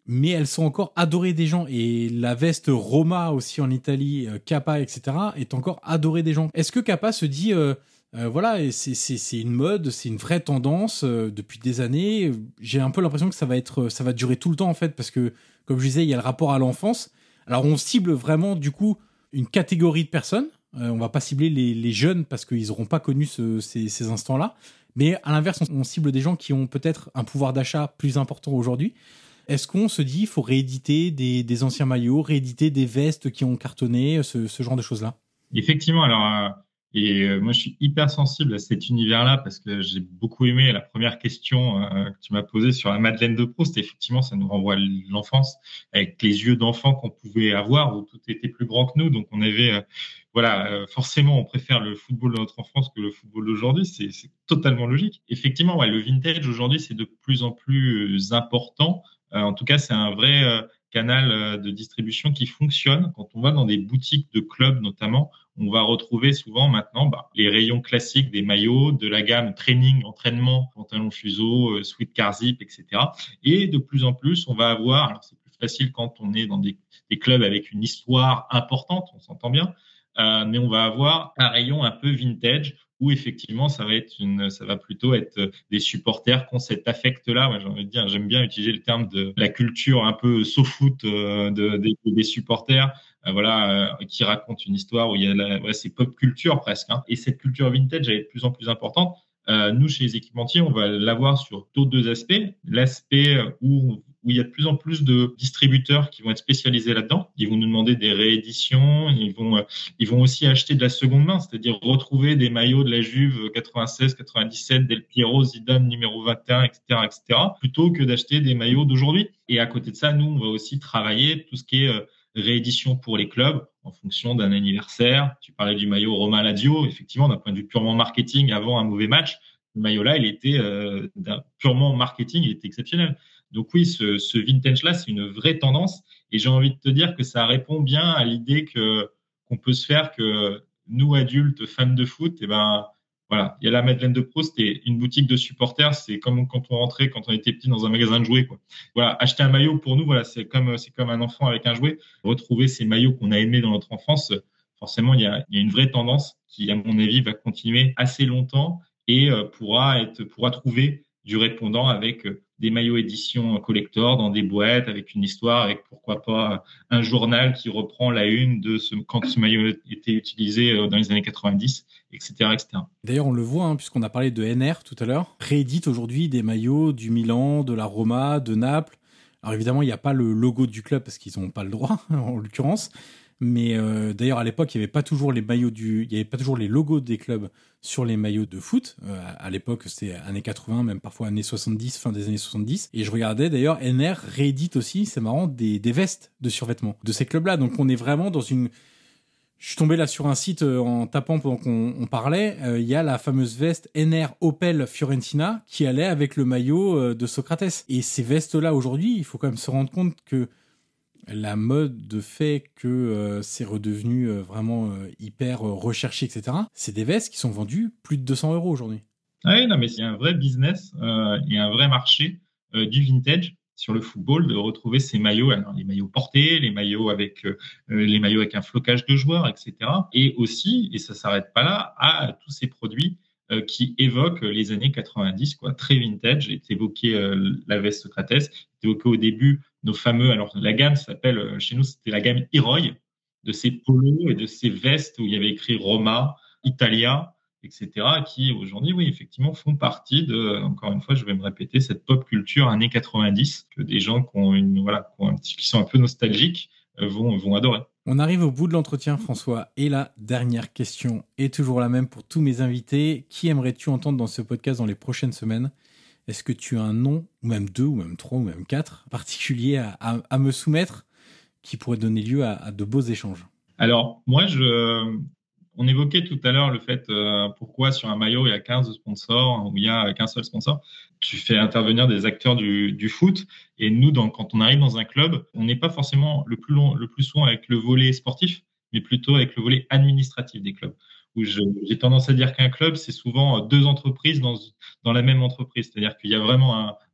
mais elles sont encore adorées des gens. Et la veste Roma aussi en Italie, euh, Kappa, et cetera, est encore adorée des gens. Est-ce que Kappa se dit, euh, euh, voilà, c'est, c'est, c'est une mode, c'est une vraie tendance euh, depuis des années. J'ai un peu l'impression que ça va être, ça va durer tout le temps en fait, parce que, comme je disais, il y a le rapport à l'enfance. Alors on cible vraiment du coup une catégorie de personnes. Euh, on va pas cibler les, les jeunes parce qu'ils n'auront pas connu ce, ces, ces instants-là. Mais à l'inverse, on, on cible des gens qui ont peut-être un pouvoir d'achat plus important aujourd'hui. Est-ce qu'on se dit qu'il faut rééditer des, des anciens maillots, rééditer des vestes qui ont cartonné, ce, ce genre de choses-là? Effectivement, alors, euh, et euh, moi je suis hyper sensible à cet univers-là parce que j'ai beaucoup aimé la première question euh, que tu m'as posée sur la Madeleine de Proust. Effectivement, ça nous renvoie à l'enfance avec les yeux d'enfant qu'on pouvait avoir où tout était plus grand que nous. Donc on avait, euh, voilà, euh, forcément on préfère le football de notre enfance que le football d'aujourd'hui. C'est, c'est totalement logique. Effectivement, ouais, le vintage aujourd'hui c'est de plus en plus important. Euh, en tout cas, c'est un vrai euh, canal euh, de distribution qui fonctionne. Quand on va dans des boutiques de clubs notamment, on va retrouver souvent maintenant bah, les rayons classiques des maillots, de la gamme training, entraînement, pantalon fuseau, euh, sweat car zip, et cetera. Et de plus en plus, on va avoir, alors c'est plus facile quand on est dans des, des clubs avec une histoire importante, on s'entend bien, euh, mais on va avoir un rayon un peu vintage où effectivement ça va être une, ça va plutôt être des supporters qui ont cet affect-là. Moi, j'ai envie de dire, j'aime bien utiliser le terme de la culture un peu so-foot euh, de, des, des supporters, euh, voilà, euh, qui racontent une histoire où il y a la, ouais, c'est pop culture presque. Hein. Et cette culture vintage, elle est de plus en plus importante. Euh, nous, chez les équipementiers, on va l'avoir sur d'autres deux aspects. L'aspect où où il y a de plus en plus de distributeurs qui vont être spécialisés là-dedans. Ils vont nous demander des rééditions, ils vont, euh, ils vont aussi acheter de la seconde main, c'est-à-dire retrouver des maillots de la Juve quatre-vingt-seize, quatre-vingt-dix-sept, Del Piero, Zidane numéro vingt et un, et cetera, et cetera, plutôt que d'acheter des maillots d'aujourd'hui. Et à côté de ça, nous, on va aussi travailler tout ce qui est euh, réédition pour les clubs en fonction d'un anniversaire. Tu parlais du maillot Roma Lazio, effectivement, d'un point de vue purement marketing, avant un mauvais match, le maillot-là, il était euh, d'un purement marketing, il était exceptionnel. Donc oui, ce, ce vintage-là, c'est une vraie tendance. Et j'ai envie de te dire que ça répond bien à l'idée que qu'on peut se faire que nous, adultes, fans de foot, eh ben voilà, il y a la Madeleine de Proust et une boutique de supporters. C'est comme quand on rentrait, quand on était petit, dans un magasin de jouets, quoi. Voilà, acheter un maillot pour nous, voilà, c'est comme c'est comme un enfant avec un jouet. Retrouver ces maillots qu'on a aimés dans notre enfance, forcément, il y a, il y a une vraie tendance qui, à mon avis, va continuer assez longtemps et euh, pourra être pourra trouver du répondant avec euh, des maillots édition collector dans des boîtes avec une histoire, avec pourquoi pas un journal qui reprend la une de ce, quand ce maillot était utilisé dans les années quatre-vingt-dix, et cetera, et cetera. D'ailleurs, on le voit, hein, puisqu'on a parlé de N R tout à l'heure, réédite aujourd'hui des maillots du Milan, de la Roma, de Naples. Alors évidemment, il n'y a pas le logo du club parce qu'ils n'ont pas le droit, en l'occurrence. Mais euh, d'ailleurs, à l'époque, il n'y avait pas toujours les maillots du, il y avait pas toujours les logos des clubs sur les maillots de foot. Euh, à l'époque, c'était années quatre-vingts, même parfois années soixante-dix, fin des années soixante-dix. Et je regardais d'ailleurs, N R réédite aussi, c'est marrant, des, des vestes de survêtement de ces clubs-là. Donc on est vraiment dans une... Je suis tombé là sur un site euh, en tapant pendant qu'on on parlait. Il euh, y a la fameuse veste N R Opel Fiorentina qui allait avec le maillot euh, de Socrates. Et ces vestes-là, aujourd'hui, il faut quand même se rendre compte que la mode de fait que euh, c'est redevenu euh, vraiment euh, hyper euh, recherché, et cetera. C'est des vestes qui sont vendues plus de deux cents euros aujourd'hui. Ah oui, non, mais il y a un vrai business, euh, il y a un vrai marché euh, du vintage sur le football, de retrouver ces maillots, alors les maillots portés, les maillots avec euh, les maillots avec un flocage de joueurs, et cetera. Et aussi, et ça s'arrête pas là, à tous ces produits euh, qui évoquent les années quatre-vingt-dix, quoi, très vintage. J'ai évoqué euh, la veste Socrates, j'ai évoqué au début nos fameux, alors la gamme s'appelle, chez nous c'était la gamme Heroy, de ces polos et de ces vestes où il y avait écrit Roma, Italia, et cetera, qui aujourd'hui, oui, effectivement, font partie de, encore une fois, je vais me répéter, cette pop culture années quatre-vingt-dix, que des gens qui ont une, voilà, qui, ont un petit, qui sont un peu nostalgiques euh, vont, vont adorer. On arrive au bout de l'entretien, François, et la dernière question est toujours la même pour tous mes invités. Qui aimerais-tu entendre dans ce podcast dans les prochaines semaines ? Est-ce que tu as un nom, ou même deux, ou même trois, ou même quatre, particulier à, à, à me soumettre qui pourrait donner lieu à, à de beaux échanges ? Alors, moi, je, on évoquait tout à l'heure le fait euh, pourquoi sur un maillot il y a quinze sponsors ou il y a qu'un seul sponsor. Tu fais intervenir des acteurs du, du foot et nous, dans, quand on arrive dans un club, on n'est pas forcément le plus long, le plus souvent avec le volet sportif, mais plutôt avec le volet administratif des clubs. Où je, j'ai tendance à dire qu'un club, c'est souvent deux entreprises dans, dans la même entreprise. C'est-à-dire qu'il y a vraiment un,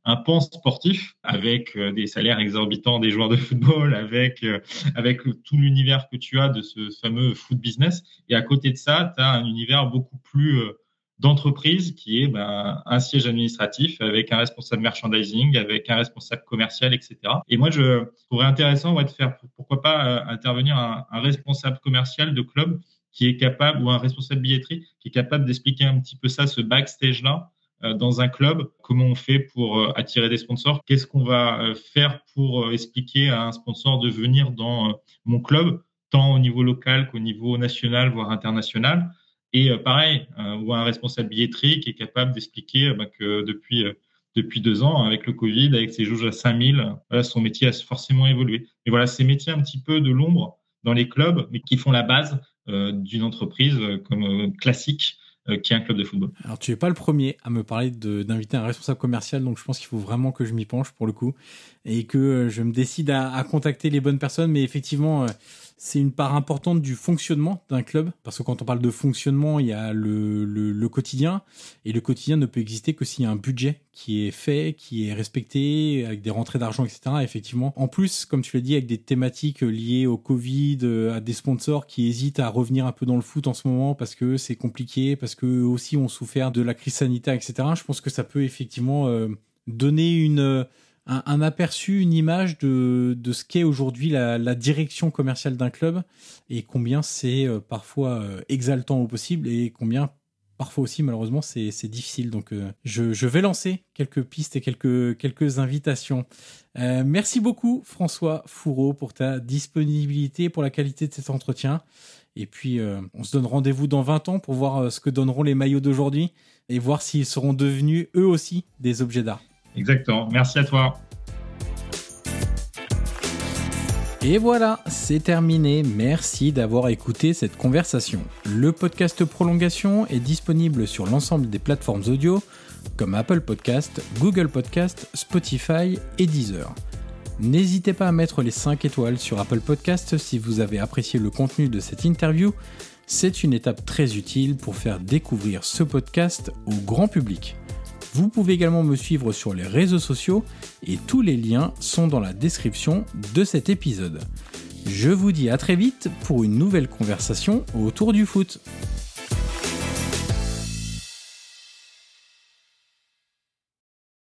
un pan sportif avec euh, des salaires exorbitants des joueurs de football, avec euh, avec tout l'univers que tu as de ce fameux foot business. Et à côté de ça, tu as un univers beaucoup plus euh, d'entreprise qui est ben, un siège administratif avec un responsable merchandising, avec un responsable commercial, et cetera. Et moi, je trouverais intéressant ouais, de faire, pourquoi pas, euh, intervenir un, un responsable commercial de club qui est capable, ou un responsable billetterie, qui est capable d'expliquer un petit peu ça, ce backstage-là, euh, dans un club, comment on fait pour euh, attirer des sponsors, qu'est-ce qu'on va euh, faire pour euh, expliquer à un sponsor de venir dans euh, mon club, tant au niveau local qu'au niveau national, voire international. Et euh, pareil, euh, ou un responsable billetterie qui est capable d'expliquer euh, bah, que depuis euh, depuis deux ans, avec le Covid, avec ses jauges à cinq mille, voilà, son métier a forcément évolué. Et voilà, ces métiers un petit peu de l'ombre dans les clubs, mais qui font la base euh, d'une entreprise euh, comme euh, classique, euh, qui est un club de football. Alors, tu n'es pas le premier à me parler de, d'inviter un responsable commercial, donc je pense qu'il faut vraiment que je m'y penche pour le coup, et que je me décide à, à contacter les bonnes personnes, mais effectivement... Euh, c'est une part importante du fonctionnement d'un club, parce que quand on parle de fonctionnement, il y a le, le, le quotidien, et le quotidien ne peut exister que s'il y a un budget qui est fait, qui est respecté, avec des rentrées d'argent, et cetera. Effectivement. En plus, comme tu l'as dit, avec des thématiques liées au Covid, à des sponsors qui hésitent à revenir un peu dans le foot en ce moment parce que c'est compliqué, parce qu'eux aussi ont souffert de la crise sanitaire, et cetera. Je pense que ça peut effectivement euh, donner une... Un, un aperçu, une image de, de ce qu'est aujourd'hui la, la direction commerciale d'un club et combien c'est euh, parfois euh, exaltant au possible et combien parfois aussi malheureusement c'est, c'est difficile. Donc euh, je, je vais lancer quelques pistes et quelques, quelques invitations. Euh, merci beaucoup François Fourreau pour ta disponibilité, pour la qualité de cet entretien. Et puis euh, on se donne rendez-vous dans vingt ans pour voir euh, ce que donneront les maillots d'aujourd'hui et voir s'ils seront devenus eux aussi des objets d'art. Exactement. Merci à toi. Et voilà, c'est terminé. Merci d'avoir écouté cette conversation. Le podcast Prolongation est disponible sur l'ensemble des plateformes audio comme Apple Podcast, Google Podcast, Spotify et Deezer. N'hésitez pas à mettre les cinq étoiles sur Apple Podcast si vous avez apprécié le contenu de cette interview. C'est une étape très utile pour faire découvrir ce podcast au grand public. Vous pouvez également me suivre sur les réseaux sociaux et tous les liens sont dans la description de cet épisode. Je vous dis à très vite pour une nouvelle conversation autour du foot.